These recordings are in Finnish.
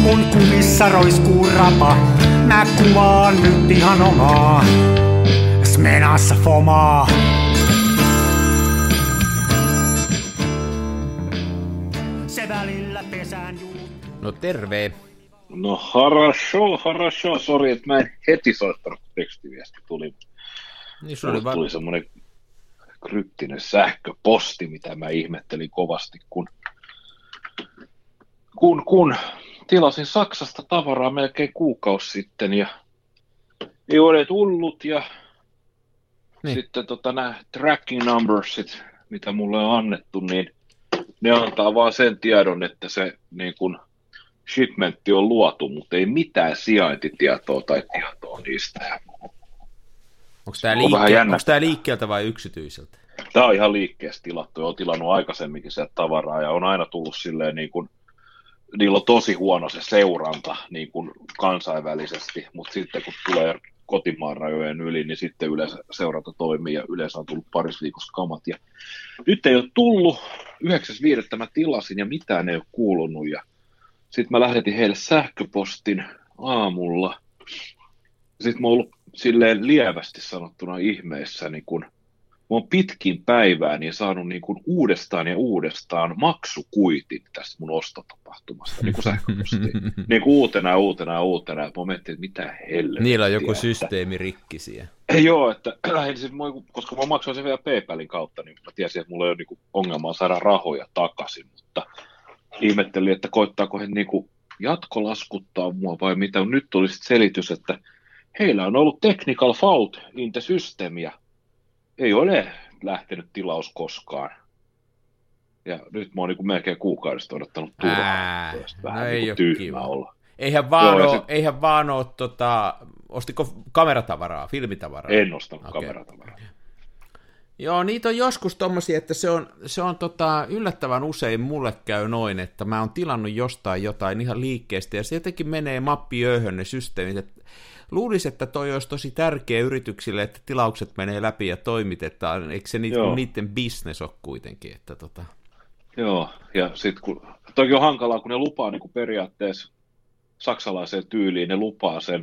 kun kumissa roiskuu rapa, mä kuvaan nyt ihan omaa Smenassa fomaa. Se välillä pesään juuttuu. No terve. No harasho. Sori, että mä en heti soittanut, kun tekstiviesti tuli. Niin tuli semmoinen kryptinen sähköposti, mitä mä ihmettelin kovasti, kun tilasin Saksasta tavaraa melkein kuukausi sitten ja ei ole tullut ja niin. Sitten nämä tracking numbersit, mitä mulle on annettu, niin ne antaa vaan sen tiedon, että se niin kun shipmentti on luotu, mutta ei mitään sijaintitietoa tai tietoa niistä. Onko tämä liikkeeltä vai yksityiseltä? Tämä on ihan liikkeestä tilattu. Olen tilannut aikaisemminkin sieltä tavaraa ja on aina tullut silleen, niin kuin, niillä on tosi huono se seuranta niin kuin kansainvälisesti, mutta sitten kun tulee kotimaan rajojen yli, niin sitten yleensä seuranta toimii ja yleensä on tullut parissa viikossa kamat. Ja nyt ei ole tullut, 9.5. mä tilasin ja mitään ei ole kuulunut ja sitten mä lähetin heille sähköpostin aamulla. Sitten mä oon ollut silleen lievästi sanottuna ihmeessä, niin kun mä oon pitkin päivää niin saanut niin kun uudestaan ja uudestaan maksukuitin tästä mun ostotapahtumasta, niin kuin sähköpostiin. Niin kuin uutena. Mä mietin, että mitä helvettiä. Niillä on joku systeemi rikkisiä. Joo, että lähdin koska mä maksoin sen vielä PayPalin kautta, niin mä tiesin, että mulla ei ole niin ongelmaa saada rahoja takaisin, mutta ihmettelin, että koittaako he niin kuin jatkolaskuttaa mua vai mitä. Nyt tuli sitten selitys, että heillä on ollut technical fault in the system ja ei ole lähtenyt tilaus koskaan. Ja nyt mä oon niin melkein kuukaudesta odottanut turhaa. Vähän no niin tyhmää olla. Eihän vaan ole, ostiko kameratavaraa, filmitavaraa? En ostanut kameratavaraa. Joo, niitä on joskus tommosia, että se on yllättävän usein mulle käy noin, että mä oon tilannut jostain jotain ihan liikkeestä ja se jotenkin menee mappiööhön ne systeemit, että luulisin, että toi olisi tosi tärkeä yrityksille, että tilaukset menee läpi ja toimitetaan, eikö se niiden business ole kuitenkin, että Joo, ja sitten kun, toki on hankalaa, kun ne lupaa niin kuin periaatteessa saksalaiseen tyyliin, ne lupaa sen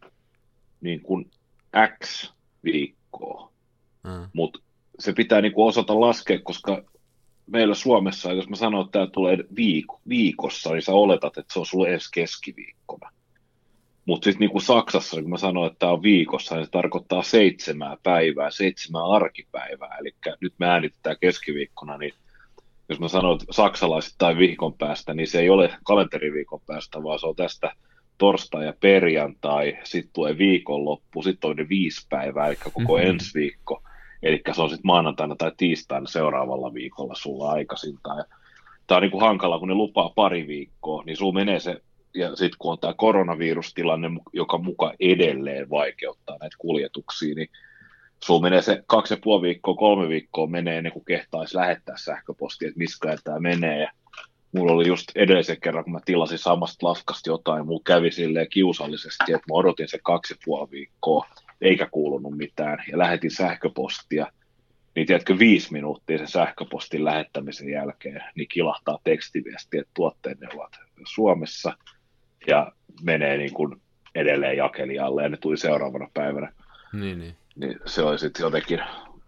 niin kuin X viikkoa, mutta se pitää niin kuin osata laskea, koska meillä Suomessa, jos mä sanon, että tämä tulee viikossa, niin sä oletat, että se on sulle ensi keskiviikkona. Mutta sitten niin kuin Saksassa, kun mä sanon, että tämä on viikossa, niin se tarkoittaa 7 päivää, 7 arkipäivää. Eli nyt me äänitetään keskiviikkona, niin jos mä sanon, että saksalaiset tai viikon päästä, niin se ei ole kalenteriviikon päästä, vaan se on tästä torstai ja perjantai, sitten tulee viikonloppu, sitten on ne 5 päivää, eli koko ensi viikko. Eli se on sitten maanantaina tai tiistaina seuraavalla viikolla sulla aikaisintaan. Tämä on niin kuin hankala, kun ne lupaa pari viikkoa, niin sulla menee se. Ja sitten kun on tämä koronavirustilanne, joka muka edelleen vaikeuttaa näitä kuljetuksia, niin sulla menee se 2,5 viikkoa, 3 viikkoa menee ennen kuin kehtaisi lähettää sähköpostia, että missä tämä menee. Ja mulla oli just edellisen kerran, kun mä tilasin samasta lafkasta jotain, mulla kävi silleen kiusallisesti, että mä odotin se 2,5 viikkoa, eikä kuulunut mitään, ja lähetin sähköpostia. Niin tiedätkö, 5 minuuttia sen sähköpostin lähettämisen jälkeen, niin kilahtaa tekstiviesti, että tuotteenne ovat Suomessa, ja menee niin kuin edelleen jakelijalle, ja ne tuli seuraavana päivänä. Niin se oli sitten jotenkin,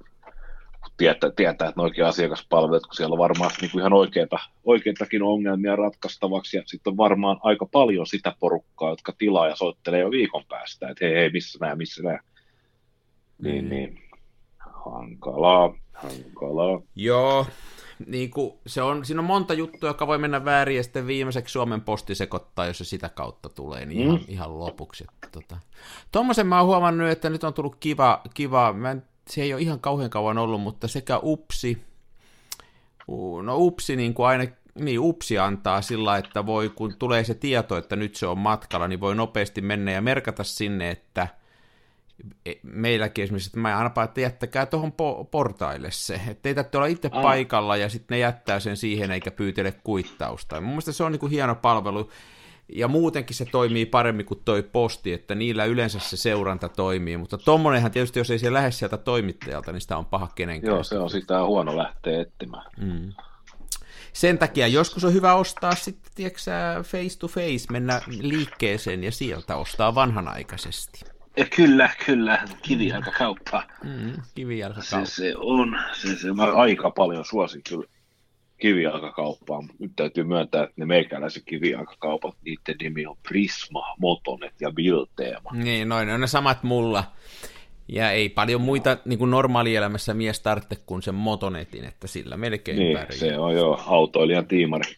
tietää, että ne oikein asiakaspalvelut, kun siellä on varmaan niin kuin ihan oikeitakin ongelmia ratkaistavaksi, ja sitten on varmaan aika paljon sitä porukkaa, jotka tilaa ja soittelee jo viikon päästä, että hei, missä nämä. Niin. Hankalaa. Joo. Niin kuin siinä on monta juttua, joka voi mennä väärin, ja sitten viimeiseksi Suomen Posti sekoittaa, jos se sitä kautta tulee, niin ihan lopuksi. Tuommoisen mä oon huomannut, että nyt on tullut kiva se ei ole ihan kauhean kauan ollut, mutta sekä UPSI niin kuin aina, niin UPSI antaa sillä, että voi, kun tulee se tieto, että nyt se on matkalla, niin voi nopeasti mennä ja merkata sinne, että meilläkin esimerkiksi, että mä aina panen, että jättäkää tuohon portaille se, että ei tarvitse olla itse paikalla ja sitten ne jättää sen siihen eikä pyytele kuittausta. Mun mielestä se on niin kuin hieno palvelu ja muutenkin se toimii paremmin kuin toi posti, että niillä yleensä se seuranta toimii, mutta tommonenhan tietysti, jos ei se lähde sieltä toimittajalta, niin sitä on paha kenenkään. Joo, se on sitä huono lähteä etsimään. Sen takia joskus on hyvä ostaa sitten, tiedätkö sä, face to face, mennä liikkeeseen ja sieltä ostaa vanhanaikaisesti. Ja kyllä, kivijalkakauppa. Kivijalkakauppa. Se on, mä aika paljon suosin kyllä kivijalkakauppaa. Nyt täytyy myöntää, että ne meikäläiset kivijalkakaupat, niiden nimi on Prisma, Motonet ja Bilteema. Niin, noin on ne samat mulla. Ja ei paljon muita niin kuin normaalielämässä mies tarvitse kuin sen Motonetin, että sillä melkein niin, pärjää. Se on jo autoilijan tiimari.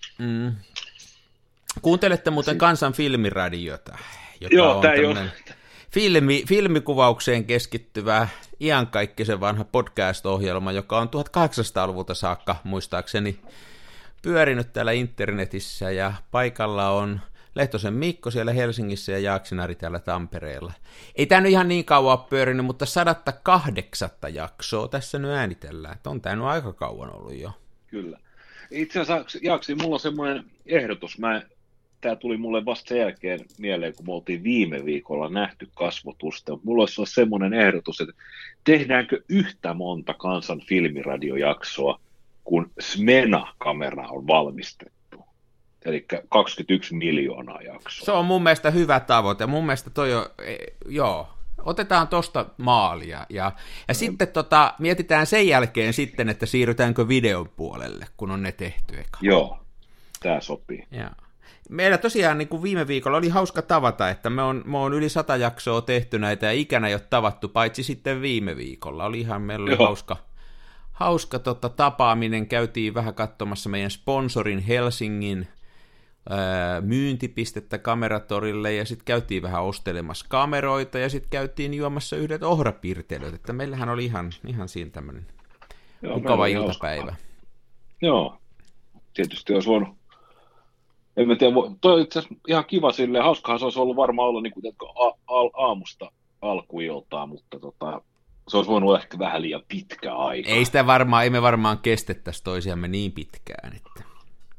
Kuuntelette muuten Kansan filmiradiota, joka joo, on tämmöinen filmikuvaukseen keskittyvä iankaikkisen vanha podcast-ohjelma, joka on 1800-luvulta saakka muistaakseni pyörinyt täällä internetissä, ja paikalla on Lehtosen Mikko siellä Helsingissä ja Jaaksinari täällä Tampereella. Ei tämä nyt ihan niin kauan pyörinyt, mutta 108 jaksoa tässä nyt äänitellään. Että on tämä nyt aika kauan ollut jo. Kyllä. Itse asiassa, Jaaksi, mulla on semmoinen ehdotus. Tämä tuli mulle vasta sen jälkeen mieleen, kun me oltiin viime viikolla nähty kasvotusta. Mulla olisi semmoinen ehdotus, että tehdäänkö yhtä monta Kansan filmiradiojaksoa, kun Smena-kamera on valmistettu. Eli 21 miljoonaa jaksoa. Se on mun mielestä hyvä tavoite. Mun mielestä toi on, joo, otetaan tosta maalia. Ja sitten mietitään sen jälkeen sitten, että siirrytäänkö videon puolelle, kun on ne tehty eka. Joo, tää sopii. Ja. Meillä tosiaan niin kuin viime viikolla oli hauska tavata, että me on yli 100 jaksoa tehty näitä ja ikänä ei ole tavattu, paitsi sitten viime viikolla. Meillä oli hauska tapaaminen, käytiin vähän katsomassa meidän sponsorin Helsingin myyntipistettä Kameratorille, ja sitten käytiin vähän ostelemassa kameroita, ja sitten käytiin juomassa yhdet ohrapirtelöt, että meillähän oli ihan siinä tämmöinen mukava iltapäivä. Joo, tietysti olisi voinut, en mä tiedä, toi on itse asiassa ihan kiva silleen, hauskahan se olisi ollut varmaan olla niin kuin aamusta alkuiltaa, mutta se olisi voinut ehkä vähän liian pitkä aika. Ei me varmaan kestettäisi toisiamme niin pitkään, että...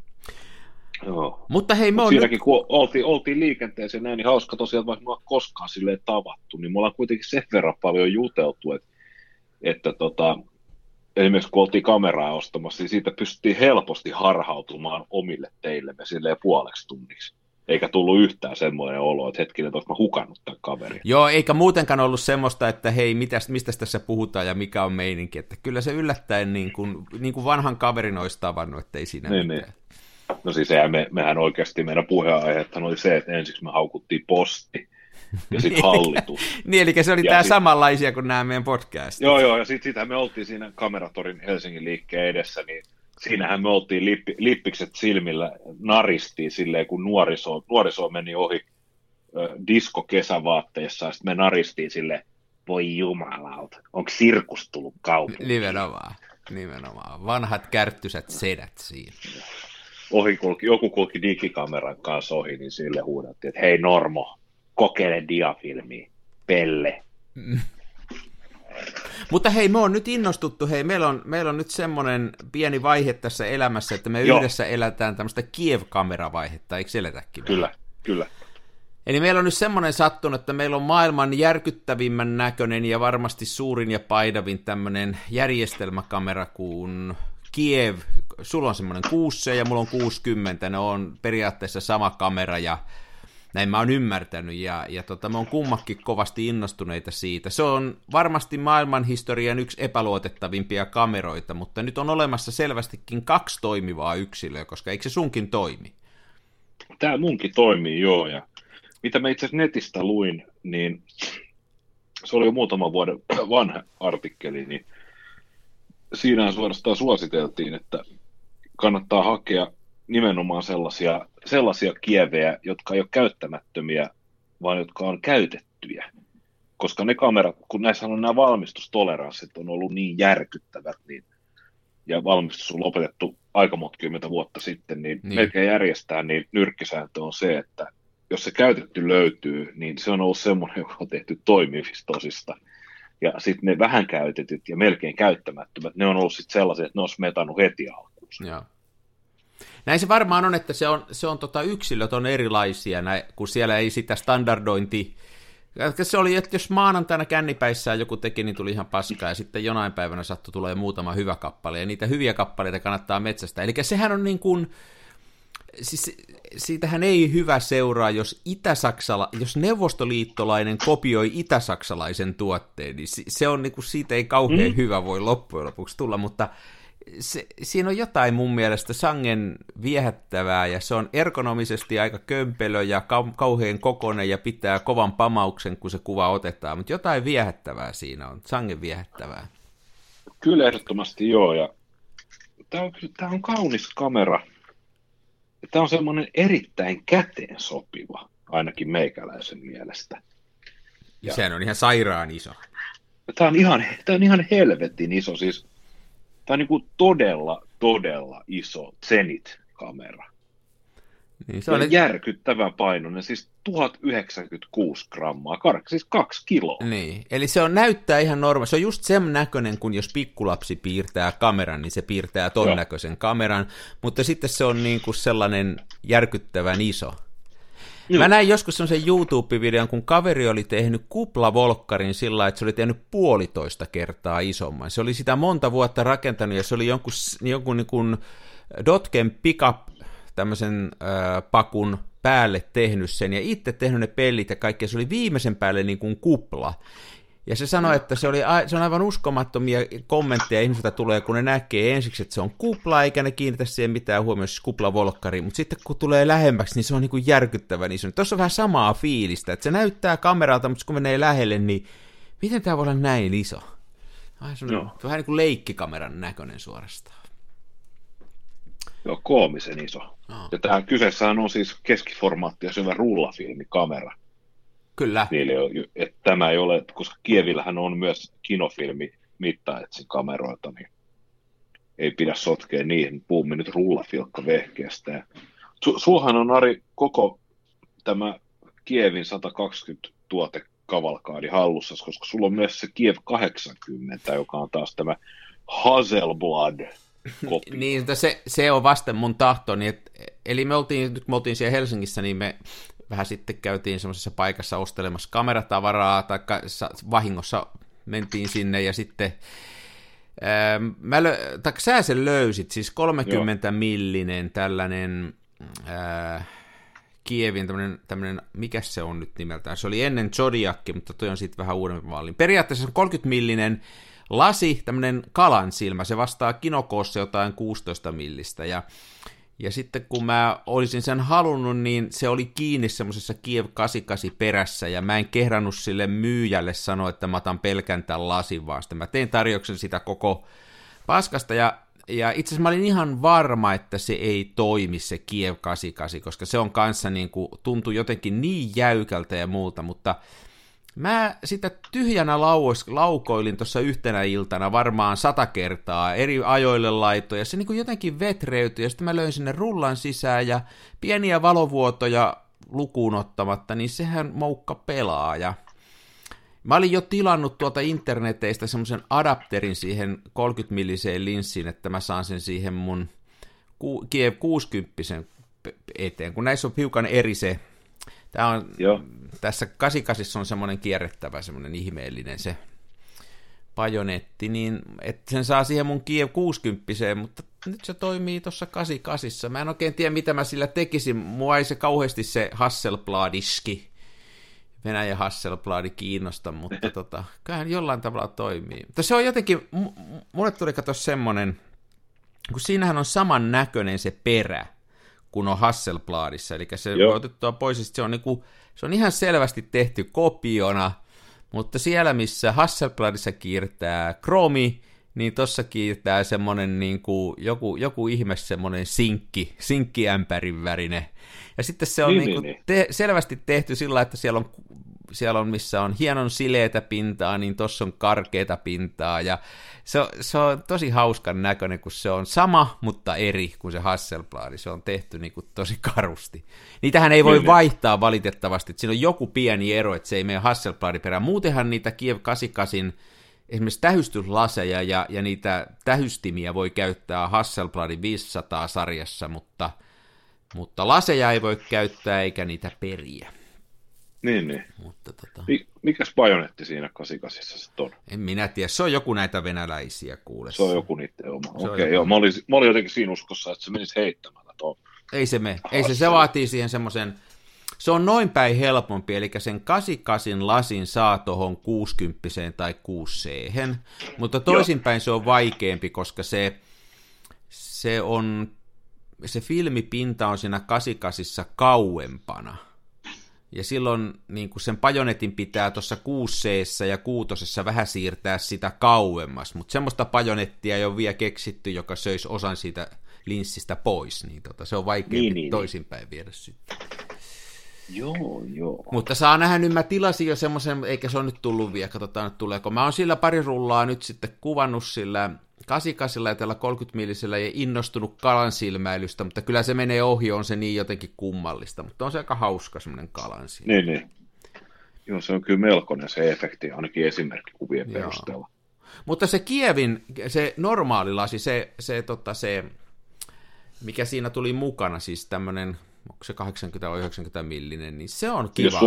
Joo. Mutta hei, siinäkin nyt... kun oltiin liikenteeseen näin, niin hauska tosiaan, vaikka me ollaan koskaan silleen tavattu, niin me ollaan kuitenkin sen verran paljon juteltu, että esimerkiksi kun oltiin kameraa ostamassa, niin siitä pystyttiin helposti harhautumaan omille teillemme silleen puoleksi tunniksi. Eikä tullut yhtään semmoinen olo, että hetkinen, että olis mä hukannut tämän kaverin. Joo, eikä muutenkaan ollut semmoista, että hei, mistä tässä puhutaan ja mikä on meininki. Että kyllä se yllättäen niin kuin vanhan kaverin olisi tavannut, että ei siinä mitään. Niin. No siis mehän oikeasti, meidän puheenaiheethan oli se, että ensiksi me haukuttiin posti ja sitten hallitus. Niin, eli se oli tämä samanlaisia kuin nämä meidän podcastit. Joo, ja sitten me oltiin siinä Kameratorin Helsingin liikkeen edessä, niin siinähän me oltiin lippikset silmillä, naristiin silleen, kun nuoriso meni ohi disko-kesävaatteessa, ja sitten me naristiin silleen, voi jumalauta, onko sirkus tullut kaupunkiin? Nimenomaan. Vanhat kärttysät sedät siinä. Joku kulki digikameran kanssa ohi, niin sille huudattiin, että hei Normo, kokeile diafilmiä, pelle. Mutta hei, me on nyt innostuttu, meillä on nyt semmoinen pieni vaihe tässä elämässä, että me yhdessä elätään tämmöistä Kiev-kameravaihetta, eikö eletäkin? Kyllä. Eli meillä on nyt semmoinen sattunut, että meillä on maailman järkyttävimmän näköinen ja varmasti suurin ja painavin tämmöinen järjestelmäkamera kuin Kiev. Sulla on semmoinen 6C ja mulla on 60, ne on periaatteessa sama kamera ja näin mä oon ymmärtänyt, ja me on kummakin kovasti innostuneita siitä. Se on varmasti maailmanhistorian yksi epäluotettavimpia kameroita, mutta nyt on olemassa selvästikin 2 toimivaa yksilöä, koska eikö se sunkin toimi? Tämä munkin toimii, joo, ja mitä mä itse asiassa netistä luin, niin se oli jo muutaman vuoden vanha artikkeli, niin siinä suorastaan suositeltiin, että kannattaa hakea nimenomaan sellaisia kievejä, jotka ei ole käyttämättömiä, vaan jotka on käytettyjä. Koska ne kamerat, kun näissä on nämä valmistustoleranssit on ollut niin järkyttävät, niin, ja valmistus on lopetettu aika monta kymmentä vuotta sitten, niin melkein järjestää, niin nyrkkisääntö on se, että jos se käytetty löytyy, niin se on ollut semmoinen, joka on tehty toimivista tosista. Ja sitten ne vähän käytetyt ja melkein käyttämättömät, ne on ollut sitten sellaisia, että ne on smetannut heti alkuunsa. Joo. Näin se varmaan on, että yksilöt on erilaisia, kun siellä ei sitä standardointi Se oli, että jos maanantaina kännipäissään joku teki, niin tuli ihan paskaa, ja sitten jonain päivänä sattui tulee muutama hyvä kappale, ja niitä hyviä kappaleita kannattaa metsästä. Eli sehän on niin kuin, siis siitähän ei hyvä seuraa, jos jos neuvostoliittolainen kopioi itäsaksalaisen tuotteen, niin se on niin kuin, siitä ei kauhean hyvä voi loppujen lopuksi tulla, mutta siinä on jotain mun mielestä sangen viehättävää, ja se on ergonomisesti aika kömpelö ja kauhean kokoinen ja pitää kovan pamauksen, kun se kuva otetaan, mutta jotain viehättävää siinä on, sangen viehättävää. Kyllä ehdottomasti joo, ja tämä on kaunis kamera. Tämä on semmoinen erittäin käteen sopiva, ainakin meikäläisen mielestä. Ja sehän on ihan sairaan iso. Tämä on ihan helvetin iso, siis tämä on niin kuin todella iso Zenit-kamera. Niin, se on järkyttävän painoinen, siis 1096 grammaa, siis 2 kiloa. Niin, eli se näyttää ihan normaali. Se on just sen näköinen, kun jos pikkulapsi piirtää kameran, niin se piirtää ton näköisen kameran, mutta sitten se on niin kuin sellainen järkyttävän iso. Mä näin joskus semmoisen YouTube-videon, kun kaveri oli tehnyt kuplavolkkarin sillä lailla, että se oli tehnyt 1,5 kertaa isomman. Se oli sitä monta vuotta rakentanut, ja se oli jonkun niin kuin Dotken pickup tämmöisen pakun päälle tehnyt sen, ja itse tehnyt ne pellit ja kaikkea, se oli viimeisen päälle niin kuin kupla. Ja se sanoi, että se on aivan uskomattomia kommentteja ihmisiltä tulee, kun ne näkee ensiksi, että se on kupla, eikä ne kiinnitä siihen mitään huomioon, siis kuplavolkkari, mutta sitten kun tulee lähemmäksi, niin se on niin kuin järkyttävän iso. Tuossa on vähän samaa fiilistä, että se näyttää kameralta, mutta kun menee lähelle, niin miten tämä voi olla näin iso? Se on vähän niin kuin leikkikameran näköinen suorastaan. Joo, koomisen iso. No. Ja tämä kyseessähän on siis keskiformaatti ja syvä rullafilmikamera. Kyllä. Että tämä ei ole, koska Kievillähän on myös kinofilmi mittaetsin kameroita, niin ei pidä sotkea niihin. Puhumme nyt rullafilkka-vehkeestä. Sullahan on, Ari, koko tämä Kievin 120 tuotekavalkaadi hallussa, koska sulla on myös se Kiev 80, joka on taas tämä Hasselblad. Niin, se on vasten mun tahtoni. Eli me oltiin siellä Helsingissä, niin me vähän sitten käytiin semmoisessa paikassa ostelemassa kameratavaraa, tai vahingossa mentiin sinne, ja sitten sä sen löysit, siis 30 millinen tällainen Kievin tämmöinen, mikä se on nyt nimeltään, se oli ennen Zodiac, mutta toi on sitten vähän uudempi mallin. Periaatteessa se on 30 millinen lasi, tämmöinen kalan silmä, se vastaa kinokoossa jotain 16 millistä, ja sitten kun mä olisin sen halunnut, niin se oli kiinni semmoisessa Kiev 88 perässä, ja mä en kehdannut sille myyjälle sanoa, että mä otan pelkän tämän lasin, vaan sitten mä tein tarjouksen sitä koko paskasta, ja itse asiassa mä olin ihan varma, että se ei toimi se Kiev 88, koska se on kanssa niin kuin, tuntui jotenkin niin jäykältä ja muulta, mutta mä sitä tyhjänä laukoilin tuossa yhtenä iltana varmaan 100 kertaa, eri ajoille laitoin, ja se niin kuin jotenkin vetreytyi, ja sitten mä löin sinne rullan sisään, ja pieniä valovuotoja lukuun ottamatta, niin sehän moukka pelaa, ja mä olin jo tilannut tuolta interneteistä semmoisen adapterin siihen 30-milliseen linssiin, että mä saan sen siihen mun Kiev 60 eteen, kun näissä on hiukan eri se. Tämä on, tässä 88 on semmoinen kierrettävä, semmoinen ihmeellinen se bajonetti, niin että sen saa siihen mun Kiev 60, mutta nyt se toimii tuossa 88. Mä en oikein tiedä, mitä mä sillä tekisin. Mua ei se kauheasti se Hasselbladiski, Venäjän Hasselbladi kiinnosta, mutta kyllähän jollain tavalla toimii. Mutta se on jotenkin, mulle tuli katsoa semmoinen, kun siinähän on saman näköinen se perä, kun on Hasselbladissa, eli se voi otettua pois, ja se on ihan selvästi tehty kopiona, mutta siellä, missä Hasselbladissa kiirtää kromi, niin tossa kiirtää semmoinen niin kuin joku ihme semmoinen sinkkiämpärin värinen, ja sitten se on selvästi tehty sillä, että siellä on, missä on hienon sileätä pintaa, niin tossa on karkeata pintaa, ja se on tosi hauskan näköinen, kun se on sama, mutta eri kuin se Hasselblad. Se on tehty niin kuin tosi karusti. Niitähän ei voi vaihtaa valitettavasti, että siinä on joku pieni ero, että se ei mene Hasselbladin perään. Muutenhan niitä Kiev 88 esimerkiksi tähystyslaseja ja niitä tähystimiä voi käyttää Hasselbladin 500-sarjassa, mutta laseja ei voi käyttää eikä niitä periä. Niin. Mutta Mikäs bajonetti siinä 88 sitten on? en minä tiedä, se on joku näitä venäläisiä kuule. Se on joku niiden oma. Okei, joo. Mä olin jotenkin siinä uskossa, että se menisi heittämällä tuon. Ei se mene. Se vaatii siihen semmoisen, se on noin päin helpompi, eli sen 88 lasin saa tuohon 60 tai 6C, mutta toisinpäin se on vaikeampi, koska se filmipinta on siinä 88 kauempana. Ja silloin niin kuin sen bajonetin pitää tuossa 6C:ssä ja 6:ssa vähän siirtää sitä kauemmas, mutta semmoista bajonettia ei ole vielä keksitty, joka söisi osan siitä linssistä pois, niin se on vaikeampi toisinpäin viedä sitten. Joo. Mutta saa nähdä, nyt mä tilasin jo semmoisen, eikä se ole nyt tullut vielä, katsotaan nyt tuleeko. Mä oon sillä pari rullaa nyt sitten kuvannut sillä 88 ja tällä 30-millisellä ja innostunut kalansilmäilystä, mutta kyllä se menee ohi, on se niin jotenkin kummallista, mutta on se aika hauska semmoinen kalansilmäily. Niin. Joo, se on kyllä melkoinen se efekti, ainakin esimerkkikuvien perusteella. Mutta se Kievin, se normaali lasi, se mikä siinä tuli mukana, siis tämmöinen, onko se 80 vai 90 millinen, niin se on kiva.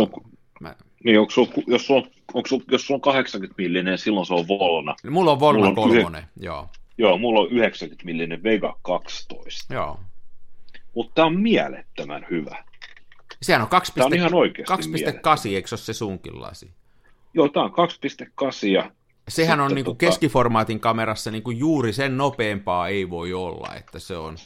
Jos sulla on 80 millinen, silloin se on Volna. Mulla on Volna 3, joo. Joo, mulla on 90 millinen Vega 12. Joo. Mutta tää on mielettömän hyvä. Sehän on 2,8, eikö se ole se sunkin lasi? Joo, tää on 2,8 ja sehän on niinku keskiformaatin kamerassa niinku juuri sen nopeampaa ei voi olla, että se on,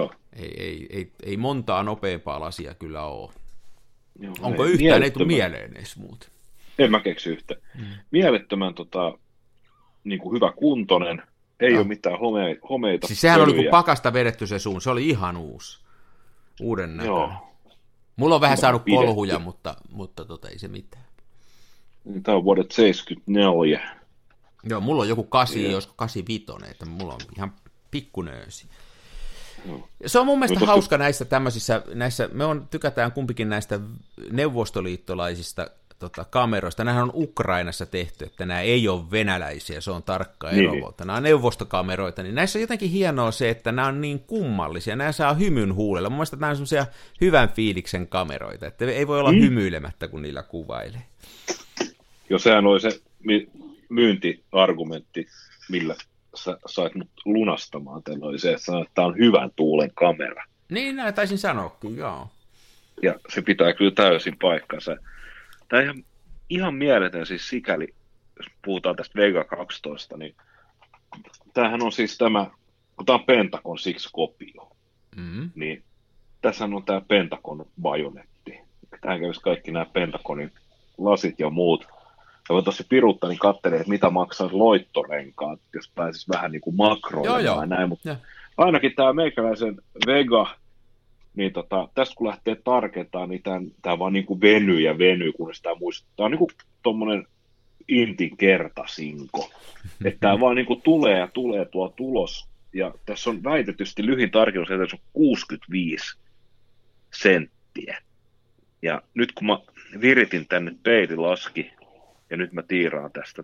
ei montaa nopeampaa lasia kyllä ole. Joo, onko yhtään, ei tule mieleen edes muuten. En mä keksy yhtään. Mielettömän niinku hyvä kuntoinen, ei ole mitään homeita. Siis sehän oli kuin pakasta vedetty se suun, se oli ihan uuden näköinen. Mulla on vähän saanut kolhuja, mutta ei se mitään. Tämä on vuodet 74. Joo, mulla on joku 8, olisiko 85, että mulla on ihan pikkunöösi. No. Se on mun mielestä hauska näissä tämmöisissä, me tykätään kumpikin näistä neuvostoliittolaisista kameroista. Nämähän on Ukrainassa tehty, että nämä ei ole venäläisiä, se on tarkka erovuutta. Nämä on neuvostokameroita, niin näissä on jotenkin hienoa se, että nämä on niin kummallisia, nämä saa hymyn huulella. Mun mielestä nämä on semmoisia hyvän fiiliksen kameroita, että ei voi olla hymyilemättä, kun niillä kuvailee. Joo, sehän oli se myyntiargumentti, millä sä sait mut lunastamaan, oli se, että tämä on hyvän tuulen kamera. Niin, näin taisin sanoa, kyllä joo. Ja se pitää kyllä täysin paikkansa. Tämä on ihan mieletön siis sikäli, jos puhutaan tästä Vega 12, niin tämähän on siis kun tämä on Pentagon 6-kopio, niin tässä on tämä Pentagon bajonetti. Tähän kävisi kaikki nämä Pentagonin lasit ja muut. Ja voi tosi piruutta, niin katselin, että mitä maksaa loittorenkaat, jos pääsisi vähän niin kuin makroilemaan ja näin, mutta ainakin tämä meikäläisen Vega, niin tästä kun lähtee tarkentamaan, niin tämä vaan niin kuin venyy, kunnes tämä muistaa. Tämä on niin kuin tuommoinen intin kertasinko, että tämä vaan niin kuin tulee tuo tulos, ja tässä on väitetysti lyhin tarkennus, että se on 65 senttiä. Ja nyt kun mä viritin tänne peililaski, ja nyt mä tiiraan tästä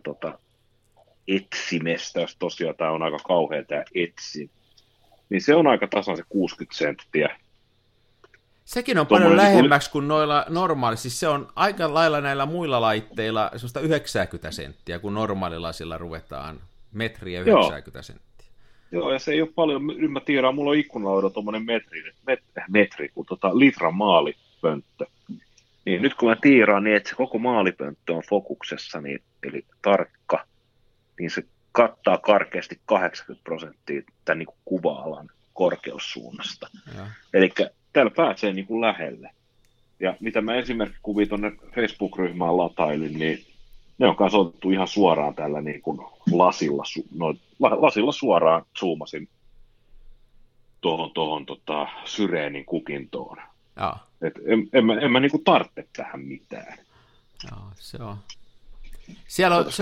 etsimestä, jos tosiaan tämä on aika kauhea tämä etsin, niin se on aika tasan se 60 senttiä. Sekin on paljon lähemmäksi kuin noilla normaali, siis se on aika lailla näillä muilla laitteilla semmoista 90 senttiä, kun normaalilasilla ruvetaan metriä 90 senttiä. Joo, ja se ei ole paljon, nyt mä tiedän, mulla on ikkunalaudalla tuommoinen metri kuin litran maalipönttö. Niin nyt kun mä tiiraan niin, että se koko maalipönttö on fokuksessa, niin, eli tarkka, niin se kattaa karkeasti 80% tämän niin kuin kuva-alan korkeussuunnasta. Eli täällä pääsee niin kuin lähelle. Ja mitä mä esimerkkikuvia tuonne Facebook-ryhmään latailin, niin ne on kanssa otettu ihan suoraan tällä niin kuin lasilla suoraan zoomasin tuohon Syreenin kukintoon. Et en mä niinku tarvitse tähän mitään. Joo, se on. Siellä on,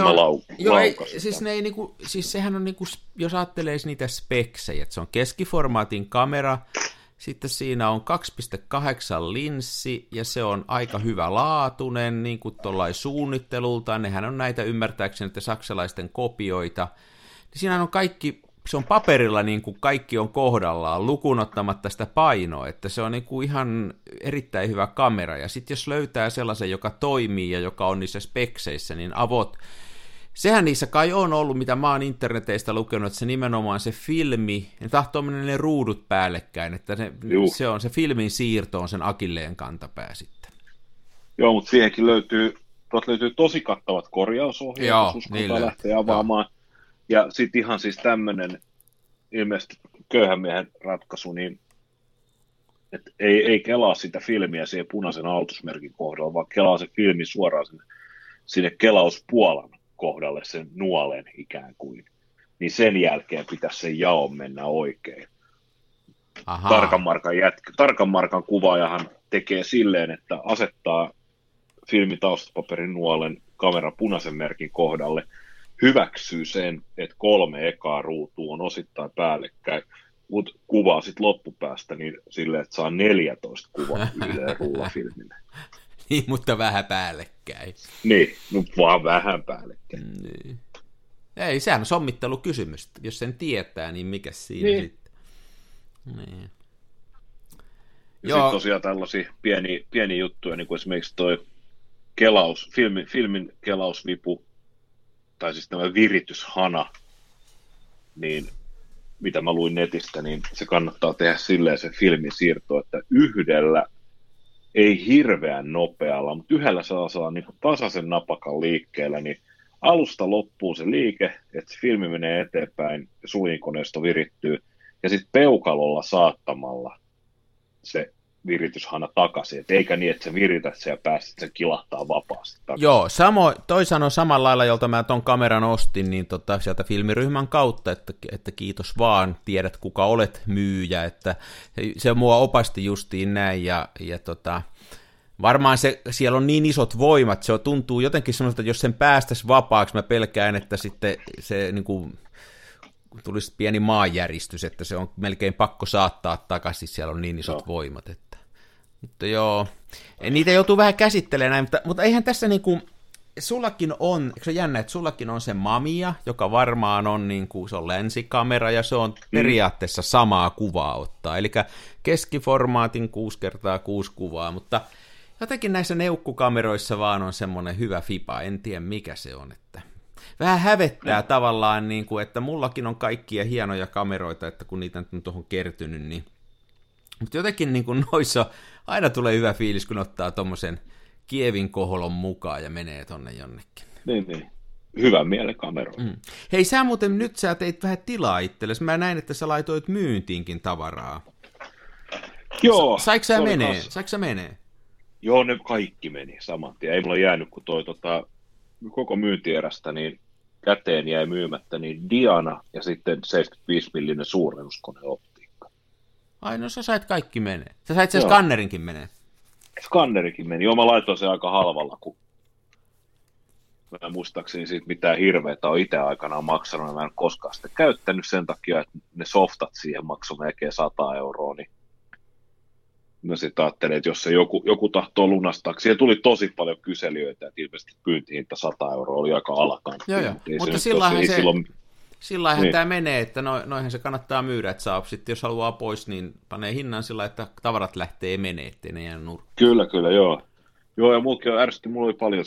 siis sehän on niinku, jos ajattelee niitä speksejä, että se on keskiformaatin kamera, sitten siinä on 2,8 linssi, ja se on aika hyvä laatuinen, niin kuin tuollain suunnittelulta, nehän on näitä ymmärtääkseni, että saksalaisten kopioita, niin siinä on kaikki se on paperilla niin kuin kaikki on kohdallaan, lukuun ottamatta sitä painoa, että se on niin kuin ihan erittäin hyvä kamera, ja sitten jos löytää sellaisen, joka toimii ja joka on niissä spekseissä, niin sehän niissä kai on ollut, mitä mä oon interneteistä lukenut, että se nimenomaan se filmi, ne tahtoo mennä ne ruudut päällekkäin, että se filmin siirto on sen akilleen kantapää sitten. Joo, mutta siihenkin löytyy tosi kattavat korjausohjeet, jos uskaltaa lähteä avaamaan. Joo. Ja sitten ihan siis tämmöinen ilmeisesti köyhän miehen ratkaisu, niin että ei kelaa sitä filmiä siihen punaisen autusmerkin kohdalla, vaan kelaa se filmi suoraan sinne kelauspuolan kohdalle, sen nuolen ikään kuin. Niin sen jälkeen pitäisi sen jaon mennä oikein. Tarkan markan kuvaajahan tekee silleen, että asettaa filmitaustapaperin nuolen kameran punaisen merkin kohdalle, hyväksyy sen, että 3 ekaa ruutua on osittain päällekkäin, mutta kuvaa sitten loppupäästä niin silleen, että saa 14 kuvaa yhden rullafilmille. Niin, mutta vähän päällekkäin. Niin, mutta vaan vähän päällekkäin. Niin. Ei, sehän on sommittelukysymys. Jos sen tietää, niin mikä siinä niin sitten? Niin. Sitten tosiaan tällaisia pieniä juttuja, niin kuin esimerkiksi toi filmin kelausvipu, tai siis tämä virityshana, niin mitä mä luin netistä, niin se kannattaa tehdä silleen se filmin siirto, että yhdellä, ei hirveän nopealla, mutta yhdellä saa niin tasaisen napakan liikkeellä, niin alusta loppuu se liike, että se filmi menee eteenpäin, sulinkoneisto virittyy, ja sitten peukalolla saattamalla se virityshana takaisin, et eikä niin, että se virität sen ja päästet sen kilahtaa vapaasti takaisin. Joo, toi sanoi samalla lailla, jolta mä ton kameran ostin, niin sieltä filmiryhmän kautta, että kiitos vaan, tiedät kuka olet myyjä, että se mua opasti justiin näin, ja varmaan siellä on niin isot voimat, se tuntuu jotenkin semmoista, että jos sen päästäisi vapaaksi, mä pelkään, että sitten se niin kuin tulisi pieni maanjäristys, että se on melkein pakko saattaa takaisin, siellä on niin isot voimat, että. Mutta joo, niitä joutuu vähän käsittelemään näin, mutta eihän tässä niinku, sullakin on, eikö se jännä, että sullakin on se Mamiya, joka varmaan on niinku, se on lensikamera ja se on periaatteessa samaa kuvaa ottaa, eli keskiformaatin 6x6 kuvaa, mutta jotenkin näissä neukkukameroissa vaan on semmoinen hyvä fipa, en tiedä mikä se on, että vähän hävettää tavallaan, niin kuin, että mullakin on kaikkia hienoja kameroita, että kun niitä nyt on tuohon kertynyt, niin mutta jotenkin niin kuin noissa aina tulee hyvä fiilis, kun ottaa tommosen Kievin koholon mukaan ja menee tonne jonnekin. Niin. Hyvän mielen kameroita. Hei, nyt sä teit vähän tilaa itsellesi. Mä näin, että sä laitoit myyntiinkin tavaraa. Joo. Saiko sä menee? Joo, ne kaikki meni saman tien. Ei mulla jäänyt, kun toi koko myyntierästä niin käteen jäi myymättä, niin Diana ja sitten 75-millinen suurennuskoneoptiikka. Ai no sä sait kaikki menee. Sä sait sen skannerinkin menee. Skannerikin meni. Joo, mä laitoin sen aika halvalla, kun mä muistaakseni siitä mitään hirveätä on itse aikanaan maksanut, ja mä en ole koskaan sitä käyttänyt sen takia, että ne softat siihen maksoi melkein 100 €, niin mä sitten ajattelin, että jos se joku tahtoo lunastaa, siihen tuli tosi paljon kyselijöitä, että ilmeisesti pyyntihinta 100 € oli aika alakanttia. Joo, mutta sillähän niin. Tämä menee, että noihän se kannattaa myydä, että saa sitten, jos haluaa pois, niin panee hinnan sillä, että tavarat lähtee menee, ettei ne jää nurkkaan. Kyllä, joo. Joo, ja mullakin ärsytti, mulla oli paljon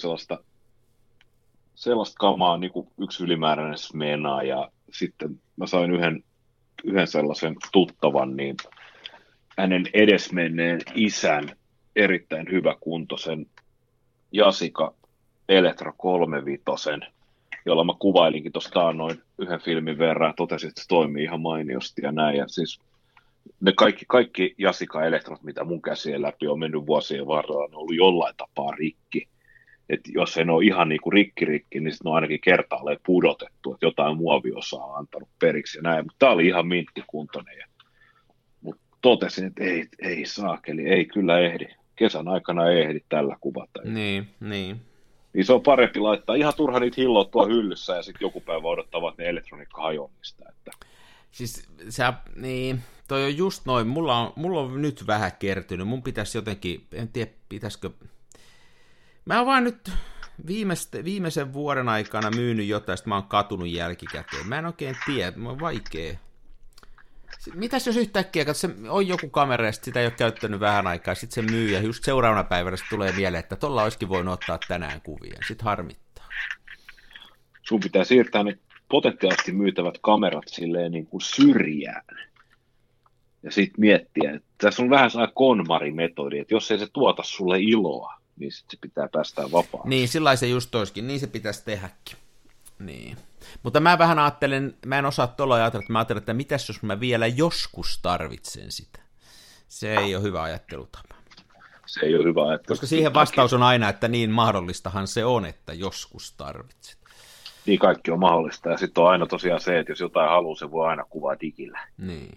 sellaista kamaa, niin kuin yksi ylimääräinen smena, ja sitten mä sain yhden sellaisen tuttavan, niin hänen edesmenneen isän erittäin hyväkuntoisen Yasica Electro 35, jolla mä kuvailinkin tuosta noin yhden filmin verran ja totesin, että se toimii ihan mainiosti ja näin. Ja siis ne kaikki Yasica Electrot, mitä mun käsien läpi on mennyt vuosien varrella, ne on ollut jollain tapaa rikki. Että jos ei ne ole ihan niinku rikki, niin sitten ne on ainakin kertaalleen pudotettu, että jotain muoviosaa on antanut periksi ja näin. Mutta tää oli ihan minttikuntoinen. Mutta totesin, että ei saakeli, ei kyllä ehdi. Kesän aikana ei ehdi tällä kuvata. Niin. Niin se on parempi laittaa ihan turha niitä hilloa tuolla hyllyssä ja sitten joku päivä odottavat ne elektroniikka hajoamista. Että. Siis niin, toi on just noin, mulla on nyt vähän kertynyt, mun pitäisi jotenkin, en tiedä pitäisikö, mä vaan nyt, viimeisen vuoden aikana myynyt jotain, että mä oon katunut jälkikäteen. Mä en oikein tiedä, mä on vaikea. Mitäs jos yhtäkkiä, katso, se on joku kamera ja sitä ei ole käyttänyt vähän aikaa, sitten se myy ja just seuraavana päivänä tulee mieleen, että tolla olisikin voinut ottaa tänään kuvia. Sitten harmittaa. Sun pitää siirtää ne potentiaalisesti myytävät kamerat silleen niin kuin syrjään. Ja sitten miettiä, että tässä on vähän sellainen konmarimetodi, että jos ei se tuota sulle iloa, niin sitten se pitää päästää vapaan. Niin, sillä se just olisikin, niin se pitäisi tehdäkin. Niin. Mutta mä vähän ajattelen, mä en osaa tuolla ajatella, että mä ajattelen, että mitäs jos mä vielä joskus tarvitsen sitä. Se ei ole hyvä ajattelutapa. Se ei ole hyvä ajattelutapa. Koska siihen vastaus on aina, että niin mahdollistahan se on, että joskus tarvitset. Niin, kaikki on mahdollista. Ja sitten on aina tosiaan se, että jos jotain haluaa, se voi aina kuvaa digillä. Niin.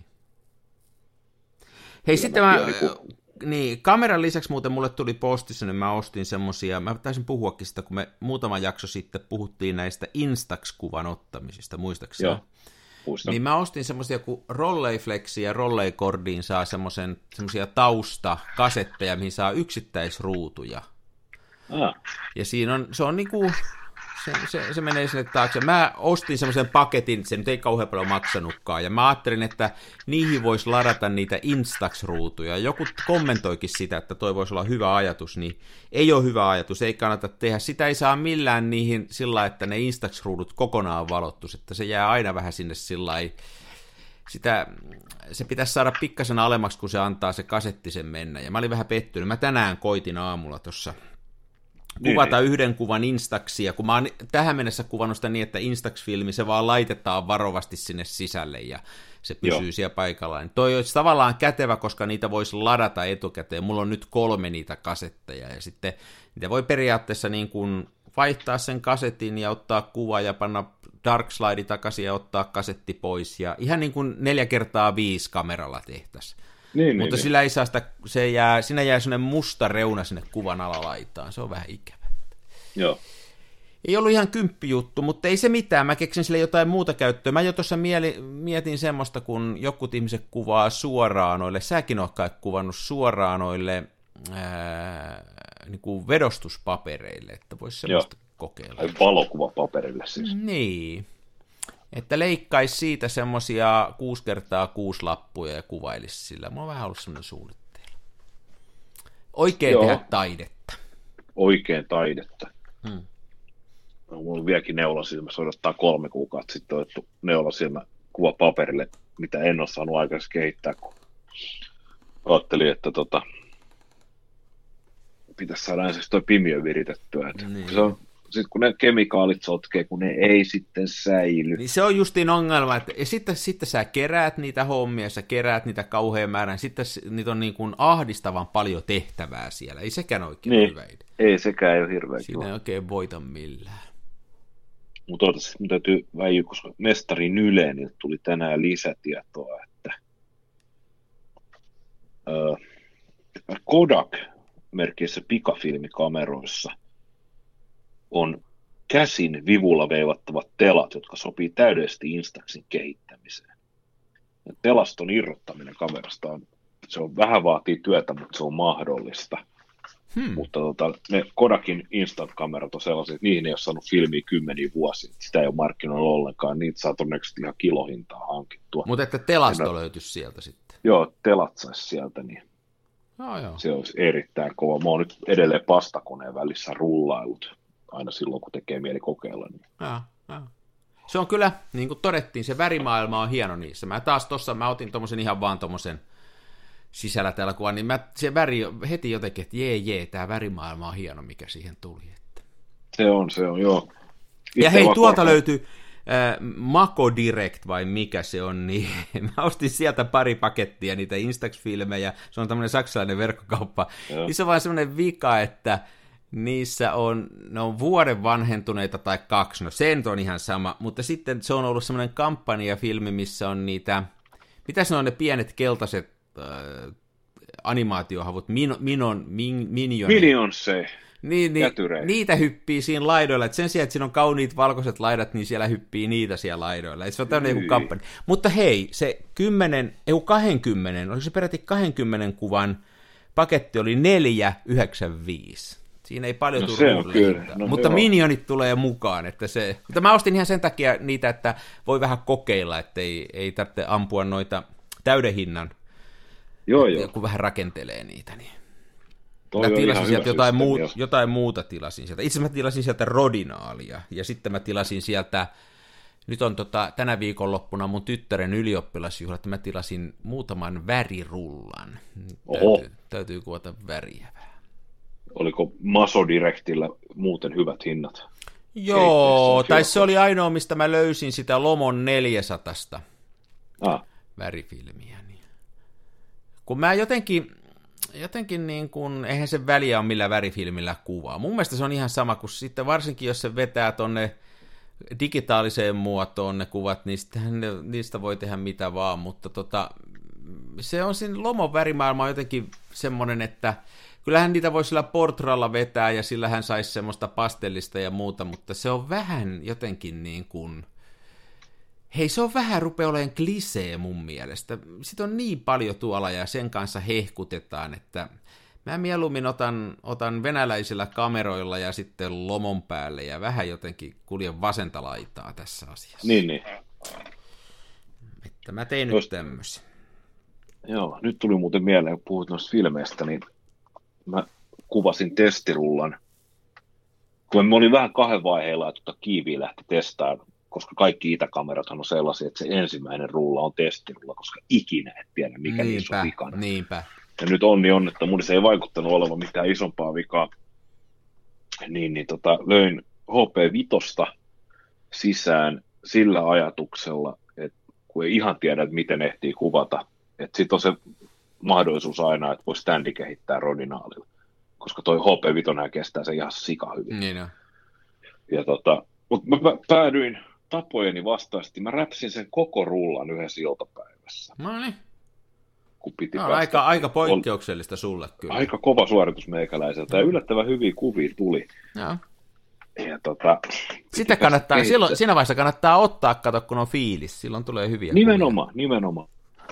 Hei, sitten niin, kameran lisäksi muuten mulle tuli postissa, niin mä ostin semmosia, mä taisin puhuakin sitä, kun me muutama jakso sitten puhuttiin näistä Instax-kuvan ottamisista, muistaakseni? Joo, muistan. Niin mä ostin semmosia, kun Rolleiflexiin ja Rolleikordiin saa semmosia taustakasetteja, mihin saa yksittäisruutuja. Ja siinä on, se on niinku, se menee sinne taakse. Mä ostin semmoisen paketin, se nyt ei kauhean paljon maksanutkaan, ja mä ajattelin, että niihin voisi ladata niitä Instax-ruutuja. Joku kommentoikin sitä, että toi voisi olla hyvä ajatus, niin ei ole hyvä ajatus, ei kannata tehdä. Sitä ei saa millään niihin sillä, että ne Instax-ruudut kokonaan valottus, että se jää aina vähän sinne sillä se pitäisi saada pikkasen alemmaksi, kun se antaa se kasettisen mennä, ja mä olin vähän pettynyt. Mä tänään koitin aamulla tuossa kuvata yhden kuvan Instaxia, kun mä oon tähän mennessä kuvannut sitä niin, että Instax-filmi, se vaan laitetaan varovasti sinne sisälle ja se pysyy siellä paikallaan. Niin toi olisi tavallaan kätevä, koska niitä voisi ladata etukäteen. Mulla on nyt 3 niitä kasetteja ja sitten niitä voi periaatteessa niin kuin vaihtaa sen kasetin ja ottaa kuva ja panna darkslide takaisin ja ottaa kasetti pois ja ihan niin kuin 4x5 kameralla tehtäisiin. Mutta sillä ei saa sitä, siinä jää sellainen musta reuna sinne kuvan alalaitaan, se on vähän ikävä. Joo. Ei ollut ihan kymppijuttu, mutta ei se mitään, mä keksin sille jotain muuta käyttöä. Mä jo tuossa mietin semmoista, kun jotkut ihmiset kuvaa suoraan noille, säkin oot kai kuvannut suoraan noille niin kuin vedostuspapereille, että voisi semmoista kokeilla. Ai valokuvapaperille siis. Niin. Että leikkaisi siitä semmosia 6x6 lappuja ja kuvailisi sillä. Mulla on vähän ollut semmoinen suunnitteilla. Oikein tehdä taidetta. Oikein taidetta. Mulla on vieläkin neulasilmässä odottaa 3 kuukautta sitten otettu neulasilmä kuva paperille, mitä en ole saanut aikaisemmin kehittää, kun ajattelin, että pitäisi saada ensin toi pimiö viritettyä. Niin. Se on sitten kun ne kemikaalit sotkee, kun ne ei sitten säily. Niin se on justiin ongelma, että sitten sä keräät niitä hommia, sä keräät niitä kauhean määrän, sitten niitä on niin kuin ahdistavan paljon tehtävää siellä. Ei sekään oikein hyvä idea. Ei sekään ei ole hirveä. Siinä ei oikein voita millään. Mutta mun täytyy väijyä, koska mestari Nyleniltä tuli tänään lisätietoa, että Kodak-merkeissä pikafilmikameroissa on käsin vivulla veivattavat telat, jotka sopii täydellisesti Instaxin kehittämiseen. Ja telaston irrottaminen kamerasta se on vähän vaatii työtä, mutta se on mahdollista. Mutta ne Kodakin Instant-kamerat on sellaisia, että niihin ei ole saanut filmiä 10 vuosia. Sitä ei ole markkinoilla ollenkaan. Niitä saa todennäköisesti ihan kilohintaa hankittua. Mutta että telasto löytyisi sieltä sitten. Joo, telat saisi sieltä, niin se olisi erittäin kova. Mä oon nyt edelleen pastakoneen välissä rullailut aina silloin, kun tekee mieli kokeilla. Niin. Se on kyllä, niin kuin todettiin, se värimaailma on hieno niissä. Mä otin tommosen ihan vaan tommosen sisällä täällä kuvan, niin se väri heti jotenkin, että tää värimaailma on hieno, mikä siihen tuli. Että. Se on, joo. Ja hei, tuolta löytyy Mako Direct vai mikä se on, niin mä ostin sieltä pari pakettia niitä Instax-filmejä, se on tämmöinen saksalainen verkkokauppa. Niissä on vaan semmoinen vika, että ne on vuoden vanhentuneita tai 2, no se on ihan sama, mutta sitten se on ollut semmoinen kampanjafilmi, missä on niitä, mitäs ne on ne pienet keltaiset animaatiohavut, Minionse. Niin, niitä hyppii siinä laidoilla, että sen sijaan, että siinä on kauniit valkoiset laidat, niin siellä hyppii niitä siellä laidoilla, että se on tämmöinen joku kampanja. Mutta hei, se 20, oliko se peräti 20 kuvan paketti oli 4,95. Siinä ei paljon No tule se on kyllä. ruudulle. No Mutta joo. minionit tulee mukaan. Että se... Mutta mä ostin ihan sen takia niitä, että voi vähän kokeilla, että ei tarvitse ampua noita täyden hinnan, Joo. kun vähän rakentelee niitä. Niin. Toi Mä on tilasin ihan sieltä hyvä jotain muuta tilasin sieltä. Itse mä tilasin sieltä Rodinaalia, ja sitten mä tilasin sieltä, nyt on tänä viikonloppuna mun tyttären ylioppilasjuhla, että mä tilasin muutaman värirullan. Täytyy kuvata väriä vähän. Oliko Masodirectillä muuten hyvät hinnat? Joo, tai se oli ainoa, mistä mä löysin sitä Lomon 400 värifilmiä. Niin. Kun mä jotenkin niin kuin, eihän se väliä ole millä värifilmillä kuvaa. Mun mielestä se on ihan sama, kuin sitten varsinkin jos se vetää tonne digitaaliseen muotoon ne kuvat, niin niistä voi tehdä mitä vaan, mutta se on siinä Lomon värimaailma jotenkin semmoinen, että kyllähän niitä voi sillä Portralla vetää ja sillä hän saisi semmoista pastellista ja muuta, mutta se on vähän jotenkin niin kuin, hei se on vähän rupeaa olemaan klisee mun mielestä. Sitten on niin paljon tuolla ja sen kanssa hehkutetaan, että mä mieluummin otan venäläisillä kameroilla ja sitten Lomon päälle ja vähän jotenkin kuljen vasenta laitaa tässä asiassa. Niin. Että mä tein nyt tämmöisen. Joo, nyt tuli muuten mieleen, kun puhuit noista filmeistä, niin mä kuvasin testirullan. Kun mä olin vähän kahden vaiheilla, että kiiviä lähti testaamaan, koska kaikki itäkamerathan on sellaisia, että se ensimmäinen rulla on testirulla, koska ikinä et tiedä, mikä niissä on vikana. Niinpä. Ja nyt onnettomuudessa ei vaikuttanut olevan mitään isompaa vikaa. Löin HP5 sisään sillä ajatuksella, että kun ei ihan tiedä, että miten ehtii kuvata, että sitten on se mahdollisuus aina, että voi standi kehittää Rodinaalilla, koska toi HP5 kestää se ihan sika hyvin. Niin on. Ja mutta mä päädyin tapojeni vastaisesti. Mä räpsin sen koko rullan yhdessä iltapäivässä. No niin. Kun piti aika poikkeuksellista sulle kyllä. Aika kova suoritus meikäläiseltä ja yllättävän hyviä kuvia tuli. Joo. Ja sitä kannattaa, siinä vaiheessa kannattaa ottaa, kato kun on fiilis, silloin tulee hyviä Nimenomaan.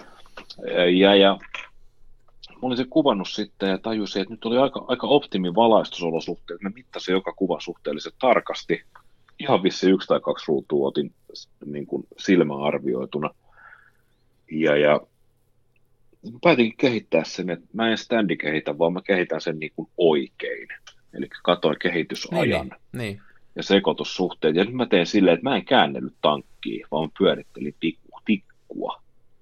Ja mä olin sen kuvannut sitten ja tajusin, että nyt oli aika optimivalaistusolosuhteet. Mä mittasin joka kuva suhteellisen tarkasti. Ihan vissi 1 tai 2 ruutua otin niin kuin silmäarvioituna. Ja päätinkin kehittää sen, että mä en standi kehitä, vaan mä kehitän sen niin kuin oikein. Eli katoin kehitysajan ja sekoitussuhteet. Ja nyt mä teen silleen, että mä en käännellyt tankkiin, vaan pyörittelin tikkua.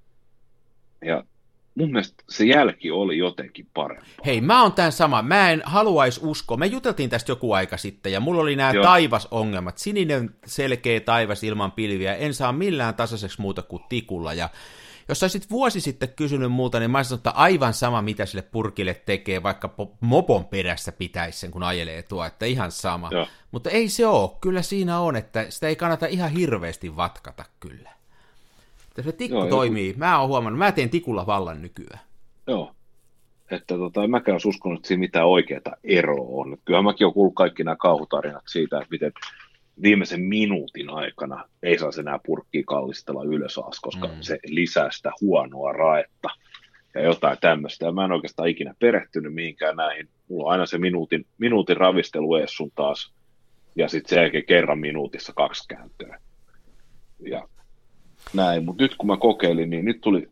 Ja mun mielestä se jälki oli jotenkin parempaa. Hei, mä oon tän sama. Mä en haluaisi uskoa. Me juteltiin tästä joku aika sitten, ja mulla oli nämä taivasongelmat. Sininen selkeä taivas ilman pilviä. En saa millään tasaiseksi muuta kuin tikulla. Ja jos sä olisit vuosi sitten kysynyt muuta, niin mä olisin sanonut, että aivan sama, mitä sille purkille tekee, vaikka mopon perässä pitäisi sen, kun ajelee tuo, että ihan sama. Joo. Mutta ei se ole. Kyllä siinä on, että sitä ei kannata ihan hirveästi vatkata kyllä. Se tikku toimii. Mä oon huomannut, mä teen tikulla vallan nykyään. Joo. Että en mäkään olisi uskonut, että siinä mitään oikeaa eroa on. Kyllähän mäkin olen kuullut kaikki nämä kauhutarinat siitä, että miten viimeisen minuutin aikana ei saa enää purkkia kallistella ylös, koska se lisää sitä huonoa raetta ja jotain tämmöistä. Ja mä en oikeastaan ikinä perehtynyt mihinkään näihin. Mulla on aina se minuutin ravistelu ees sun taas, ja sitten sen jälkeen kerran minuutissa 2 kääntöä. Ja näin, mutta nyt kun mä kokeilin, niin nyt tuli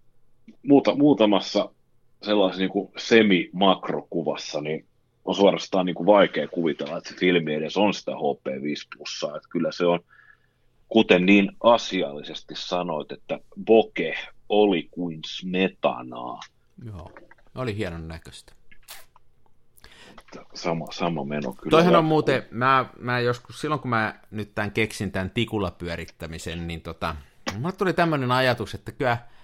muutamassa sellaisessa niin kuin semi-makrokuvassa, niin on suorastaan niin kuin vaikea kuvitella, että se filmi edes on sitä HP5+. Että kyllä se on, kuten niin asiallisesti sanoit, että bokeh oli kuin smetanaa. Joo, oli hienon näköistä. Sama meno kyllä. Toihan on muuten, mä joskus, silloin kun mä nyt tämän keksin tämän tikulla pyörittämisen, niin mulle tuli tämmöinen ajatus, että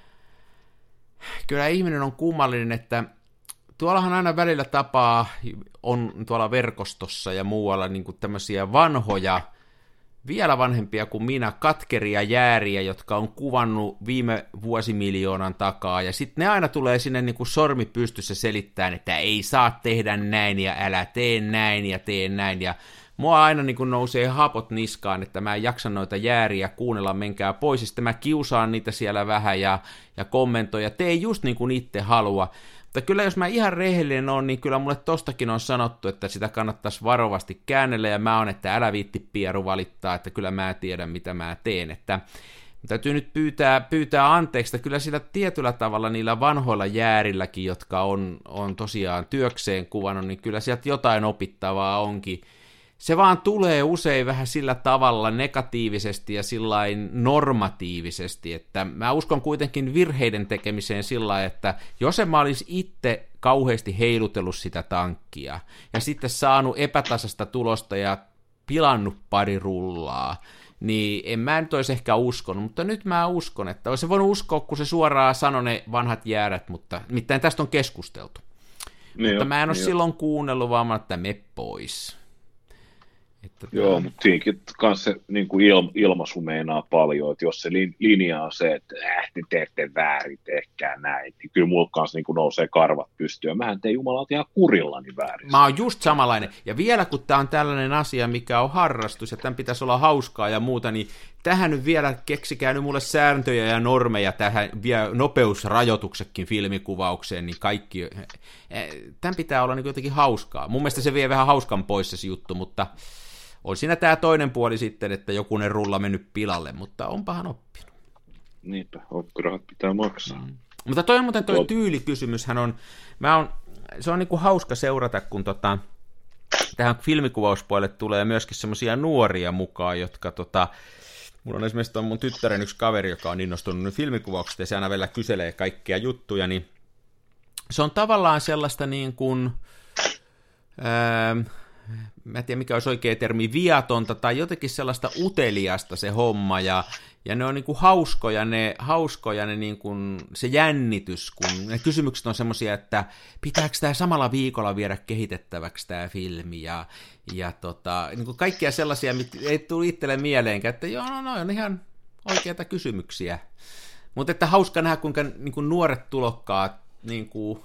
kyllä ihminen on kummallinen, että tuollahan aina välillä tapaa, on tuolla verkostossa ja muualla niin kuin tämmöisiä vanhoja, vielä vanhempia kuin minä, katkeria jääriä, jotka on kuvannut viime vuosimiljoonan takaa, ja sitten ne aina tulee sinne niin kuin sormi pystyssä selittämään, että ei saa tehdä näin, ja älä tee näin, ja tee näin, ja mua aina niin kuin nousee hapot niskaan, että mä en jaksa noita jääriä kuunnella, menkää pois, ja sitten mä kiusaan niitä siellä vähän, ja kommentoin, ja tee just niin kuin itse halua. Mutta kyllä jos mä ihan rehellinen on, niin kyllä mulle tostakin on sanottu, että sitä kannattaisi varovasti käännellä, ja mä oon, että älä viitti Pieru valittaa, että kyllä mä tiedän, mitä mä teen, että täytyy nyt pyytää anteeksi, että kyllä sillä tietyllä tavalla niillä vanhoilla jäärilläkin, jotka on tosiaan työkseen kuvannut, niin kyllä sieltä jotain opittavaa onkin. Se vaan tulee usein vähän sillä tavalla negatiivisesti ja sillain normatiivisesti, että mä uskon kuitenkin virheiden tekemiseen sillä, että jos en mä olisi itse kauheasti heilutellut sitä tankkia ja sitten saanut epätasasta tulosta ja pilannut pari rullaa, niin en mä nyt olisi ehkä uskonut, mutta nyt mä uskon, että olisi voinut uskoa, kun se suoraan sanoi ne vanhat jäädät, mutta mitään tästä on keskusteltu. Niin mutta mä en ole silloin kuunnellut, vaan mä että me pois. Että joo, mutta siinäkin kanssa se niin kuin ilmaisu meinaa paljon, että jos se linja on se, että te teette väärin, tehkää näin, niin kyllä mulla kanssa niin kuin nousee karvat pystyyn. Mähän tein jumalauta ihan kurillani väärin. Mä oon just samanlainen. Ja vielä kun tää on tällainen asia, mikä on harrastus, ja tämän pitäisi olla hauskaa ja muuta, niin tähän nyt vielä keksikää nyt mulle sääntöjä ja normeja tähän vielä nopeusrajoituksetkin filmikuvaukseen, niin kaikki, tämän pitää olla niin jotenkin hauskaa. Mun mielestä se vie vähän hauskan pois se juttu, mutta on siinä tämä toinen puoli sitten, että jokunen rulla mennyt pilalle, mutta onpahan oppinut. Niinpä, oppirahat pitää maksaa. Mutta toi tyylikysymyshän on, se on niinku hauska seurata, kun tähän filmikuvauspuolelle tulee myöskin semmoisia nuoria mukaan, jotka mulla on esimerkiksi mun tyttären yksi kaveri, joka on innostunut filmikuvauksesta, ja se aina vielä kyselee kaikkia juttuja, niin se on tavallaan sellaista niin kuin, mä en tiedä mikä olisi oikea termi, viatonta tai jotenkin sellaista uteliasta se homma, ja ne on niin kuin hauskoja ne niin kuin, se jännitys, kun ne kysymykset on semmoisia, että pitääkö tämä samalla viikolla viedä kehitettäväksi tämä filmi, ja niin kuin kaikkia sellaisia, mitä ei tule itselle mieleenkään, että joo, no on ihan oikeita kysymyksiä, mutta että hauska nähdä, kuinka niin kuin nuoret tulokkaat, niin kuin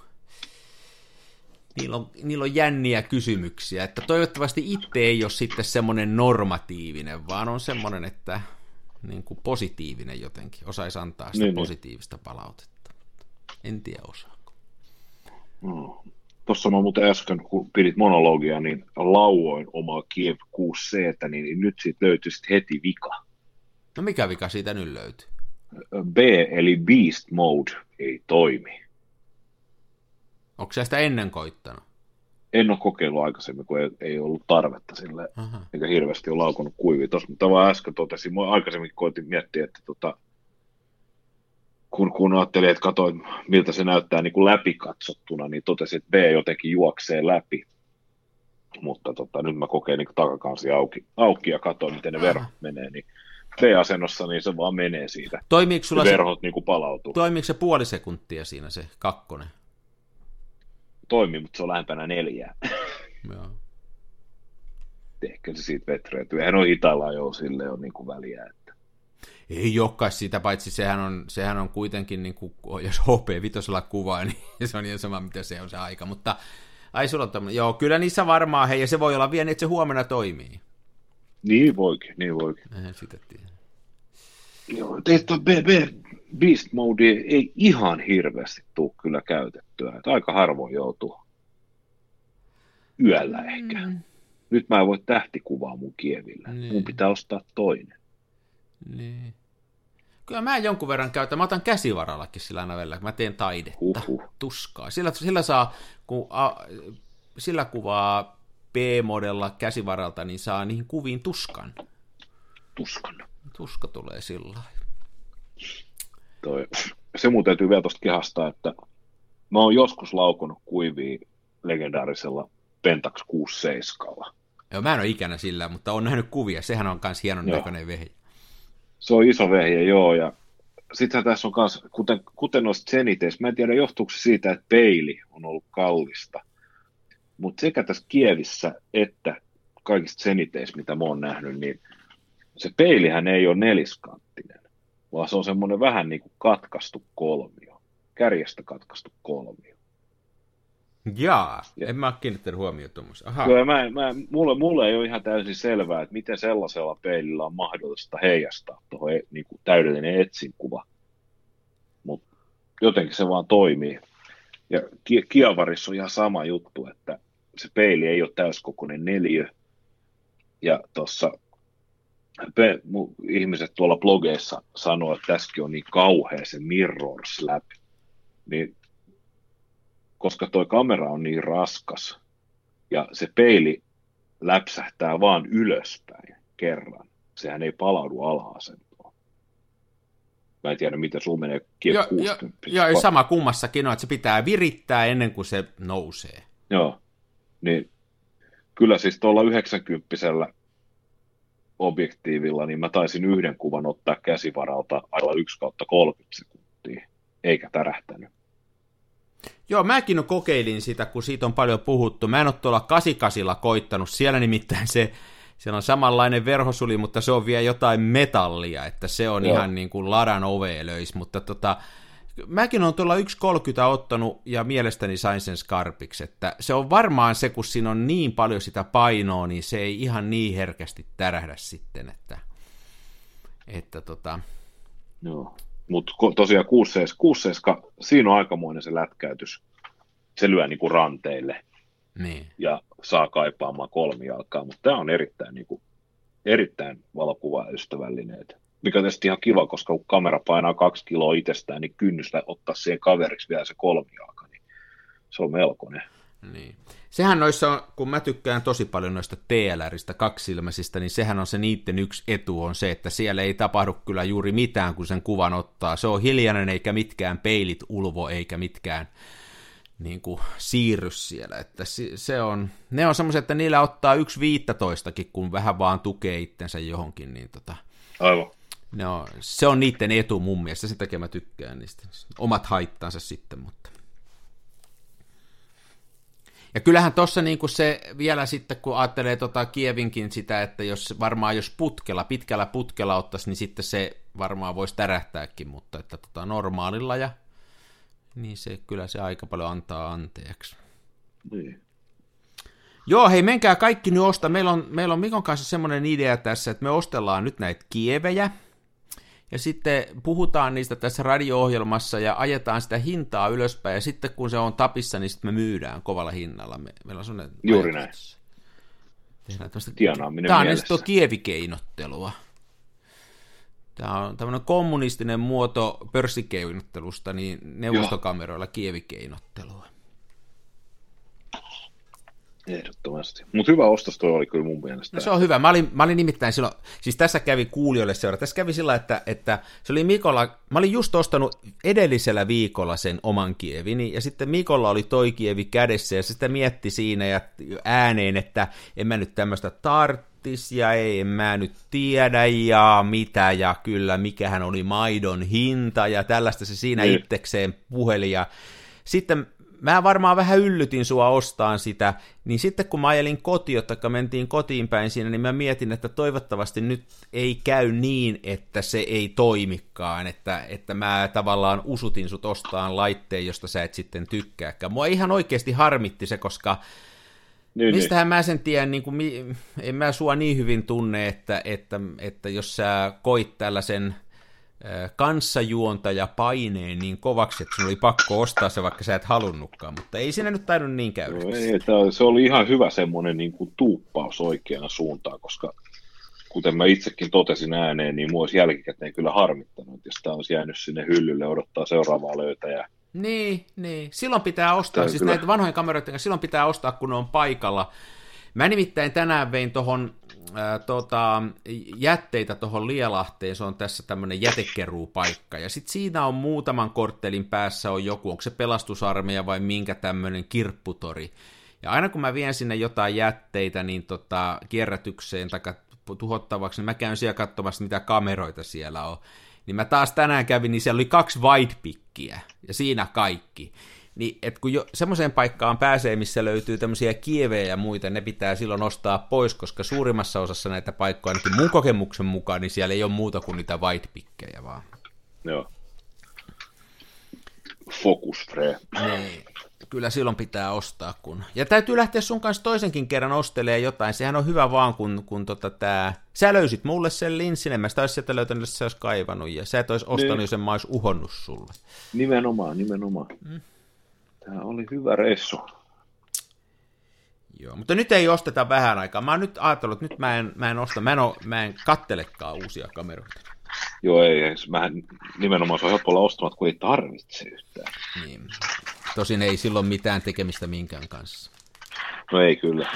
niillä on jänniä kysymyksiä, että toivottavasti itse ei ole sitten semmoinen normatiivinen, vaan on semmoinen, että niin kuin positiivinen jotenkin, osaisi antaa sitä positiivista palautetta. En tiedä osaako. Tuossa mä muuten äsken, kun pidit monologia, niin lauoin omaa Kiev 6C, niin nyt siitä löytyi heti vika. No mikä vika siitä nyt löytyy? B eli Beast Mode ei toimi. Onko sä sitä ennen koittanut? En ole kokeillut aikaisemmin, kun ei ollut tarvetta sille, eikä hirveästi ole laukonut kuivia. Tuossa, mutta vaan äsken totesin, aikaisemmin koitin miettiä, että kun ajattelin, että katsoin, miltä se näyttää niin kuin läpikatsottuna, niin totesin, että B jotenkin juoksee läpi. Mutta nyt mä kokein niin takakansi auki ja katsoin, miten ne verhot menee, niin B-asennossa niin se vaan menee siitä. Toimiiko sulla verhot niin kuin palautuu. Toimiiko se puoli sekuntia siinä se kakkonen? Toimii, mutta se on lähempänä 4. Joo. Ehkä se siitä vetreytyy. Eihän ole hitailla jo sille on niin kuin väliä. Että ei olekaan sitä, paitsi sehän on kuitenkin, niin kuin, jos HP5 kuvaa, niin se on ihan sama, mitä se on se aika. Mutta ai sulla on joo, kyllä niissä varmaan, hei, ja se voi olla vielä, että se huomenna toimii. Niin voikin. Eihän sitä tiedä. Joo, teistä Beast Mode ei ihan hirveästi tule kyllä käytettyä. Että aika harvoin joutuu yöllä ehkä. Nyt mä en voi tähtikuvaa mun Kievillä. Niin. Mun pitää ostaa toinen. Niin. Kyllä mä jonkun verran käytän. Mä otan käsivarallakin sillä aina välillä, kun mä teen taidetta. Tuskaa. Sillä saa, kun sillä kuvaa B-modella käsivaralta, niin saa niihin kuviin tuskan. Tuska tulee sillä lailla. Se mun täytyy vielä tuosta kehastaa, että mä oon joskus laukonut kuivia legendaarisella Pentax 6.7. Joo, mä en ole ikänä sillä, mutta oon nähnyt kuvia. Sehän on myös hienon näköinen vehje. Se on iso vehje, joo. Ja sittenhän tässä on myös, kuten noista Zeniteissä, mä en tiedä johtuuko se siitä, että peili on ollut kallista. Mutta sekä tässä Kievissä että kaikista Zeniteissä, mitä mä oon nähnyt, niin se peilihän ei ole neliskanttinen, vaan se on semmoinen vähän niin kuin katkaistu kolmio, kärjestä katkaistu kolmio. Jaa, en mä ole kiinnittänyt huomioon tuommoista. Mulle ei ole ihan täysin selvää, että miten sellaisella peilillä on mahdollista heijastaa tuohon niin kuin täydellinen etsinkuva, mutta jotenkin se vaan toimii. Ja Kiavarissa on ihan sama juttu, että se peili ei ole täyskokoinen neliö. Ja tuossa ihmiset tuolla blogeissa sanoo, että tässäkin on niin kauhea se mirror slap. Niin, koska toi kamera on niin raskas ja se peili läpsähtää vaan ylöspäin kerran. Sehän ei palaudu alhaasentoon. Mä en tiedä, miten sun menee 60. Joo, sama kummassakin on, että se pitää virittää ennen kuin se nousee. Joo, niin kyllä siis tuolla 90 objektiivilla, niin mä taisin yhden kuvan ottaa käsivaralta aina 1/30 sekuntia, eikä tärähtänyt. Joo, mäkin kokeilin sitä, kun siitä on paljon puhuttu. Mä en ole tuolla 88 koittanut, siellä nimittäin siellä on samanlainen verhosuli, mutta se on vielä jotain metallia, että se on ihan niin kuin ladan oveen löis, mutta mäkin olen tuolla 1.30 ottanut ja mielestäni sain sen skarpiksi, että se on varmaan se, kun siinä on niin paljon sitä painoa, niin se ei ihan niin herkästi tärähdä sitten, että Joo, mutta tosiaan 6.7, siinä on aikamoinen se lätkäytys, se lyö niin kuin ranteille niin. Ja saa kaipaamaan kolmijalkaa, mutta tämä on erittäin valokuvaystävällinen. Mikä on tietysti ihan kiva, koska kun kamera painaa 2 kiloa itsestään, niin kynnystä ottaa siihen kaveriksi vielä se kolmijalka, niin se on melkoinen. Niin. Sehän noissa on, kun mä tykkään tosi paljon noista TLRistä, kaksisilmäisistä, niin sehän on se niiden yksi etu on se, että siellä ei tapahdu kyllä juuri mitään, kun sen kuvan ottaa. Se on hiljainen, eikä mitkään peilit ulvo, eikä mitkään niin kuin siirry siellä. Että ne on semmoiset, että niillä ottaa 1.15kin, kun vähän vaan tukee itsensä johonkin. Niin Aivan. No, se on niiden etu mun mielestä, sen takia mä tykkään niistä. Omat haittansa sitten, mutta... Ja kyllähän tuossa niinku se vielä sitten, kun ajattelee Kievinkin sitä, että jos pitkällä putkella ottaisi, niin sitten se varmaan voisi tärähtääkin, mutta että normaalilla niin kyllä se aika paljon antaa anteeksi. Niin. Joo, hei, menkää kaikki nyt ostaa. Meillä on Mikon kanssa semmoinen idea tässä, että me ostellaan nyt näitä kievejä, ja sitten puhutaan niistä tässä radio-ohjelmassa ja ajetaan sitä hintaa ylöspäin, ja sitten kun se on tapissa, niin sitten me myydään kovalla hinnalla. Meillä on sellainen juuri näin. Tienaaminen Tämä on mielessä. Kievikeinottelua. Tämä on tämmöinen kommunistinen muoto pörssikeinottelusta, niin neuvostokameroilla kievikeinottelua. Ehdottomasti. Mutta hyvä ostos toi oli kyllä mun mielestä. No, se on hyvä. Mä olin nimittäin silloin, siis tässä kävi kuulijoille seura. Tässä kävi sillä, että se oli Mikolla, mä olin just ostanut edellisellä viikolla sen oman kievini, ja sitten Mikolla oli toi kievi kädessä, ja se sitä mietti siinä ja ääneen, että en mä nyt tämmöistä tarttis, ja en mä nyt tiedä, ja mitä, ja kyllä, mikähän oli maidon hinta, ja tällaista se siinä itsekseen puheli, ja sitten mä varmaan vähän yllytin sua ostaan sitä, niin sitten kun mä ajelin kotiin, tai mentiin kotiin päin siinä, niin mä mietin, että toivottavasti nyt ei käy niin, että se ei toimikaan, että mä tavallaan usutin sut ostaan laitteen, josta sä et sitten tykkääkään. Mua ihan oikeasti harmitti se, koska mistähän mä sen tiedän, niin kuin, en mä sua niin hyvin tunne, että jos sä koit tällaisen kanssajuontaja paineen niin kovaksi, että sun oli pakko ostaa se, vaikka sä et halunnutkaan, mutta ei siinä nyt tainnut niin käydä. No ei, se oli ihan hyvä semmoinen niin kuin tuuppaus oikeaan suuntaan, koska kuten mä itsekin totesin ääneen, niin mua olisi jälkikäteen kyllä harmittanut, jos tämä olisi jäänyt sinne hyllylle odottaa seuraavaa löytäjää. Niin, silloin pitää ostaa, siis näitä vanhojen kameroiden kanssa, silloin pitää ostaa, kun ne on paikalla. Mä nimittäin tänään vein tuohon jätteitä tuohon Lielahteen, se on tässä tämmöinen jätekeruupaikka, ja sitten siinä on muutaman korttelin päässä on joku, onko se pelastusarmeija vai minkä tämmöinen kirpputori, ja aina kun mä vien sinne jotain jätteitä niin kierrätykseen tai tuhottavaksi, niin mä käyn siellä katsomassa, mitä kameroita siellä on, niin mä taas tänään kävin, niin siellä oli 2 widepickiä, ja siinä kaikki. Niin, että kun semmoiseen paikkaan pääsee, missä löytyy tämmöisiä kievejä ja muita, ne pitää silloin ostaa pois, koska suurimmassa osassa näitä paikkoja, ainakin mun kokemuksen mukaan, niin siellä ei ole muuta kuin niitä whitepickejä vaan. Joo. Focus free. Niin, kyllä silloin pitää ostaa. Ja täytyy lähteä sun kanssa toisenkin kerran ostelemaan jotain. Sehän on hyvä vaan, kun sä löysit mulle sen linssin, en mä sitä olisi sieltä löytänyt, jos sä olisi kaivannut, ja sä et olisi ostanut, jos en mä olisi uhonnut sulle. Nimenomaan. Tämä oli hyvä reissu. Joo, mutta nyt ei osteta vähän aikaa. Mä oon nyt ajatellut, että nyt mä en osta, mä en kattelekaan uusia kameroita. Joo, ei. Mähän nimenomaan se on helppo olla ostamat, kun ei tarvitse yhtään. Niin. Tosin ei silloin mitään tekemistä minkään kanssa. No ei kyllä.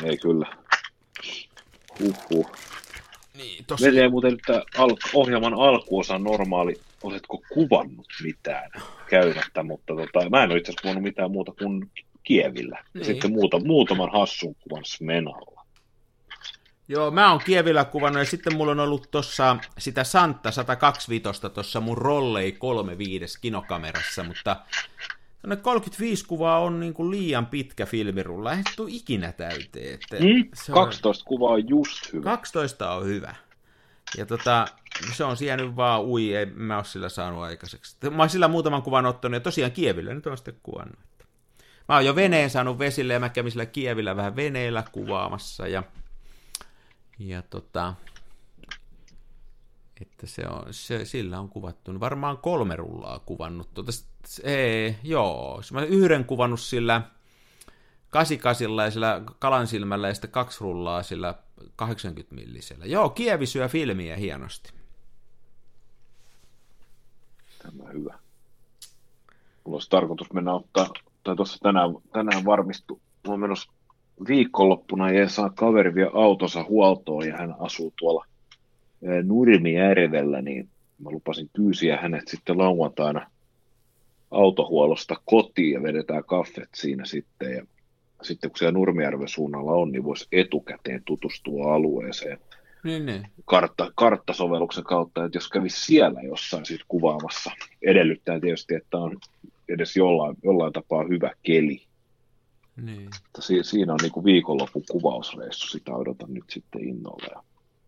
Huhhuh. Niin, Menee muuten nyt ohjelman alkuosan normaali. Oletko kuvannut mitään käymättä, mutta mä en ole itse asiassa kuvannut mitään muuta kuin Kievillä. Niin. Sitten muutaman hassun kuvan Smenalla. Joo, mä oon Kievillä kuvannut ja sitten mulla on ollut tossa sitä Santa 125 tuossa mun Rollei 35 kinokamerassa, mutta 35 kuvaa on niin kuin liian pitkä filmirulla, eihän se tule ikinä täyteen. 12 kuvaa on just hyvä. 12 on hyvä. Ja se on siellä nyt vaan ei mä oon sillä saanut aikaiseksi. Mä oon sillä muutaman kuvan ottanut ja tosiaan Kievillä nyt on sitten kuvannut. Mä oon jo veneen saanut vesille ja mä kävin sillä Kievillä vähän veneellä kuvaamassa ja että sillä on kuvattu. Varmaan 3 rullaa kuvannut. Mä yhden kuvannut sillä 88 ja sillä kalansilmällä ja sitten 2 rullaa sillä 80 millisellä. Joo, Kievi syö filmiä hienosti. Tämä hyvä. Mulla olisi tarkoitus mennä tai tuossa tänään varmistui, mä oon menossa viikonloppuna ja saa kaveri vie autonsa huoltoon ja hän asuu tuolla Nurmijärvellä, niin mä lupasin kyysiä hänet sitten lauantaina autohuollosta kotiin ja vedetään kaffet siinä sitten ja sitten kun siellä Nurmijärven suunnalla on, niin voisi etukäteen tutustua alueeseen karttasovelluksen kautta, että jos kävisi siellä jossain siitä kuvaamassa, edellyttää tietysti, että on edes jollain tapaa hyvä keli. Niin. Siinä on niin kuin viikonlopun kuvausreissu, sitä odotan nyt sitten innolla.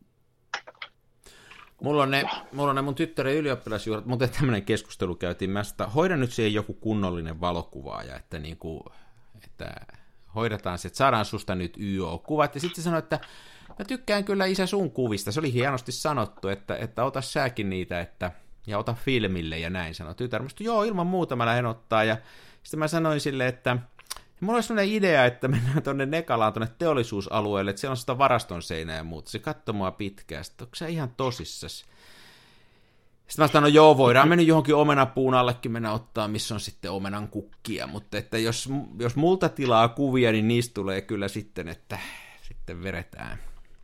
Mulla on ne mun tyttären ylioppilasjuhlat, mutta tämmöinen keskustelu käytiin. Mä sitä, hoidan nyt siihen joku kunnollinen valokuvaaja, että hoidetaan se, että saadaan susta nyt YO-kuvat. Ja sitten se sanoi, että mä tykkään kyllä isä sun kuvista. Se oli hienosti sanottu, että ota säkin niitä, ja ota filmille ja näin sanoi tytär. Musta joo, ilman muuta mä lähden ottaa. Ja sitten mä sanoin sille, että mulla olisi sellainen idea, että mennään tuonne Nekalaan, tuonne teollisuusalueelle, että siellä on sitä varaston seinää ja muuta. Se katsoi mua pitkään, että onko sä ihan tosissas? Sitten mä sanoin, no joo, voidaan mennä johonkin omenapuun allekin mennä ottaa, missä on sitten omenan kukkia, mutta että jos multa tilaa kuvia, niin niistä tulee kyllä sitten, että sitten vedetään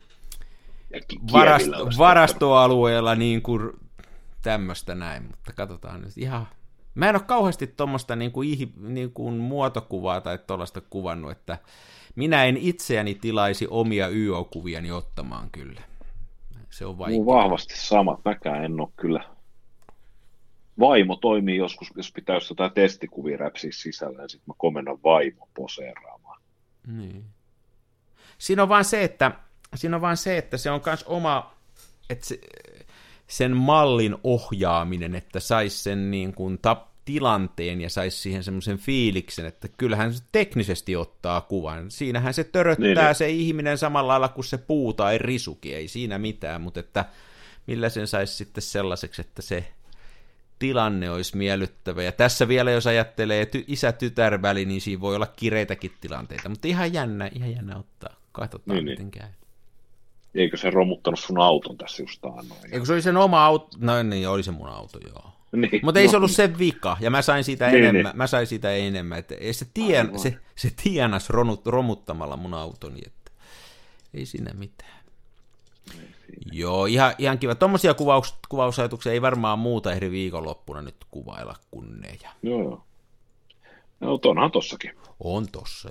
varastoalueella niin kuin tämmöistä näin, mutta katsotaan nyt ihan. Mä en ole kauheasti tuommoista niin kuin muotokuvaa tai tuollaista kuvannut, että minä en itseäni tilaisi omia YO-kuviani ottamaan kyllä. Se on vaikea. Vahvasti samat, mäkään en ole kyllä. Vaimo toimii joskus, jos pitäisi jotain testikuvia räpsiä sisällä, ja sitten mä komennan vaimo poseeraamaan. Niin. Siinä on vaan se, että se on myös oma, että sen mallin ohjaaminen, että saisi sen niin kuin tilanteen ja saisi siihen semmoisen fiiliksen, että kyllähän se teknisesti ottaa kuvan. Siinähän se töröttää se ihminen samalla lailla kuin se puu tai risuki, ei siinä mitään, mutta että millä sen saisi sitten sellaiseksi, että se tilanne olisi miellyttävä. Ja tässä vielä, jos ajattelee isä-tytär väli, niin siinä voi olla kireitäkin tilanteita, mutta ihan jännä ottaa. Katsotaan, miten käy. Eikö se romuttanut sun auton tässä just taannoin? Eikö se oli sen oma auto? No niin, oli se mun auto, joo. Niin, mutta ei se ollut sen vika, ja mä sain siitä enemmän. Niin. Mä sain siitä enemmän, että se tienasi romuttamalla mun autoni, että ei siinä mitään. Joo, ihan kiva. Tuommoisia kuvausajatuksia ei varmaan muuta ehdi viikonloppuna nyt kuvailla kuin ne. Joo. No onhan tossakin. On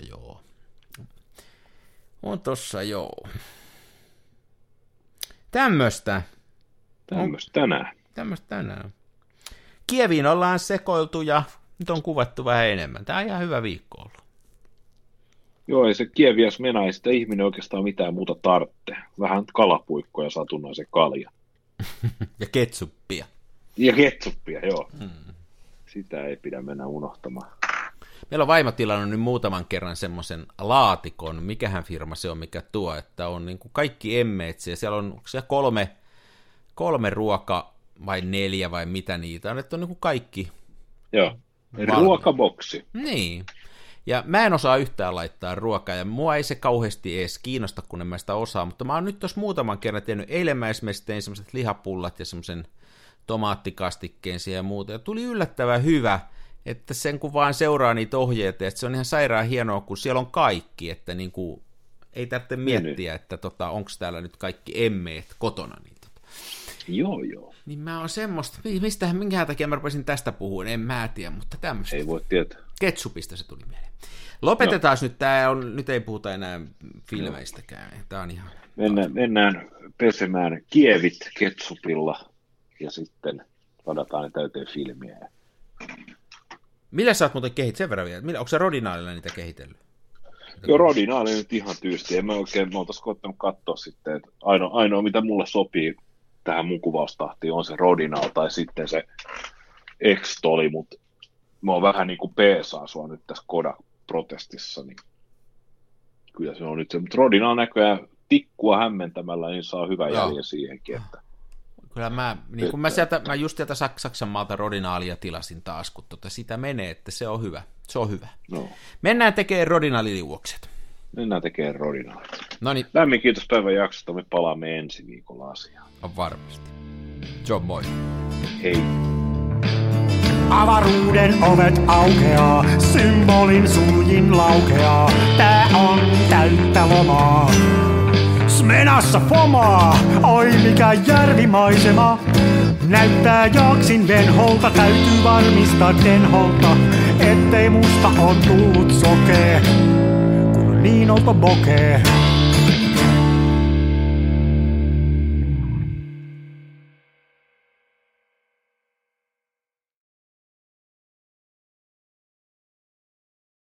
tossa, joo. Tämmöistä tänään. Kieviin ollaan sekoiltu ja nyt on kuvattu vähän enemmän. Tämä on ihan hyvä viikko ollut. Joo, ei se Kievi, jos mennä, ei sitä ihminen oikeastaan mitään muuta tarvitse. Vähän kalapuikkoja, satunnaisen kalja. Ja ketsuppia. Joo. Sitä ei pidä mennä unohtamaan. Meillä on vaimo tilannut nyt muutaman kerran semmoisen laatikon, mikähän firma se on, mikä tuo, että on niin kuin kaikki emmeet, ja siellä on kolme ruoka vai 4 vai mitä niitä on, että on niin kuin kaikki. Joo, ruokaboksi. Niin, Ja mä en osaa yhtään laittaa ruokaa, ja mua ei se kauheasti edes kiinnosta, kun en mä sitä osaa, mutta mä oon nyt tuossa muutaman kerran tehnyt. Eilen mä esimerkiksi tein semmoiset lihapullat ja semmoisen tomaattikastikkeen ja muuta, ja tuli yllättävän hyvä, että sen kun vaan seuraa niitä ohjeita, että se on ihan sairaan hienoa, kun siellä on kaikki, että niin kuin, ei tarvitse miettiä, että onko täällä nyt kaikki emmeet kotona. Niin Joo. Niin mä oon semmoista, minkä takia mä rupesin tästä puhumaan, en mä tiedä, mutta tämmöistä. Ei voi tietää. Ketsupista se tuli mieleen. Lopetetaan nyt, nyt ei puhuta enää filmeistäkään, tää on ihan... Mennään pesemään kievit ketsupilla ja sitten ladataan ne täyteen filmiä. Millä sä oot muuten sen verran vielä? Onko sä Rodinaalilla niitä kehitellyt? Joo, Rodinaali nyt ihan tyysti. En mä oltais koittanut katsoa sitten, että ainoa mitä mulle sopii tähän mun kuvaustahtiin on se Rodinaal tai sitten se X-toli, mutta mä oon vähän niin kuin peesaa sua nyt tässä Kodak-protestissa, niin kyllä se on nyt se. Mutta Rodinaal näköjään tikkua hämmentämällä, niin saa hyvän jäljen siihenkin. Että... Kyllä mä just sieltä Saksan maalta Rodinaalia tilasin taas, kun sitä menee, että se on hyvä. Se on hyvä. No. Mennään tekemään Rodinaaliliuokset. Mennään tekemään Rodinaalit. Noniin. Lämmin kiitos päivän jaksosta, me palaamme ensi viikolla asiaan. On varmasti. John, moi. Hei. Avaruuden ovet aukeaa, symbolin suljin laukeaa. Tää on täyttä lomaa. Smenassa fomaa, oi mikä järvimaisema. Näyttää jaksin venholta, täytyy varmistaa denholta, ettei musta on tullut sokee, kun on niin olto bokee.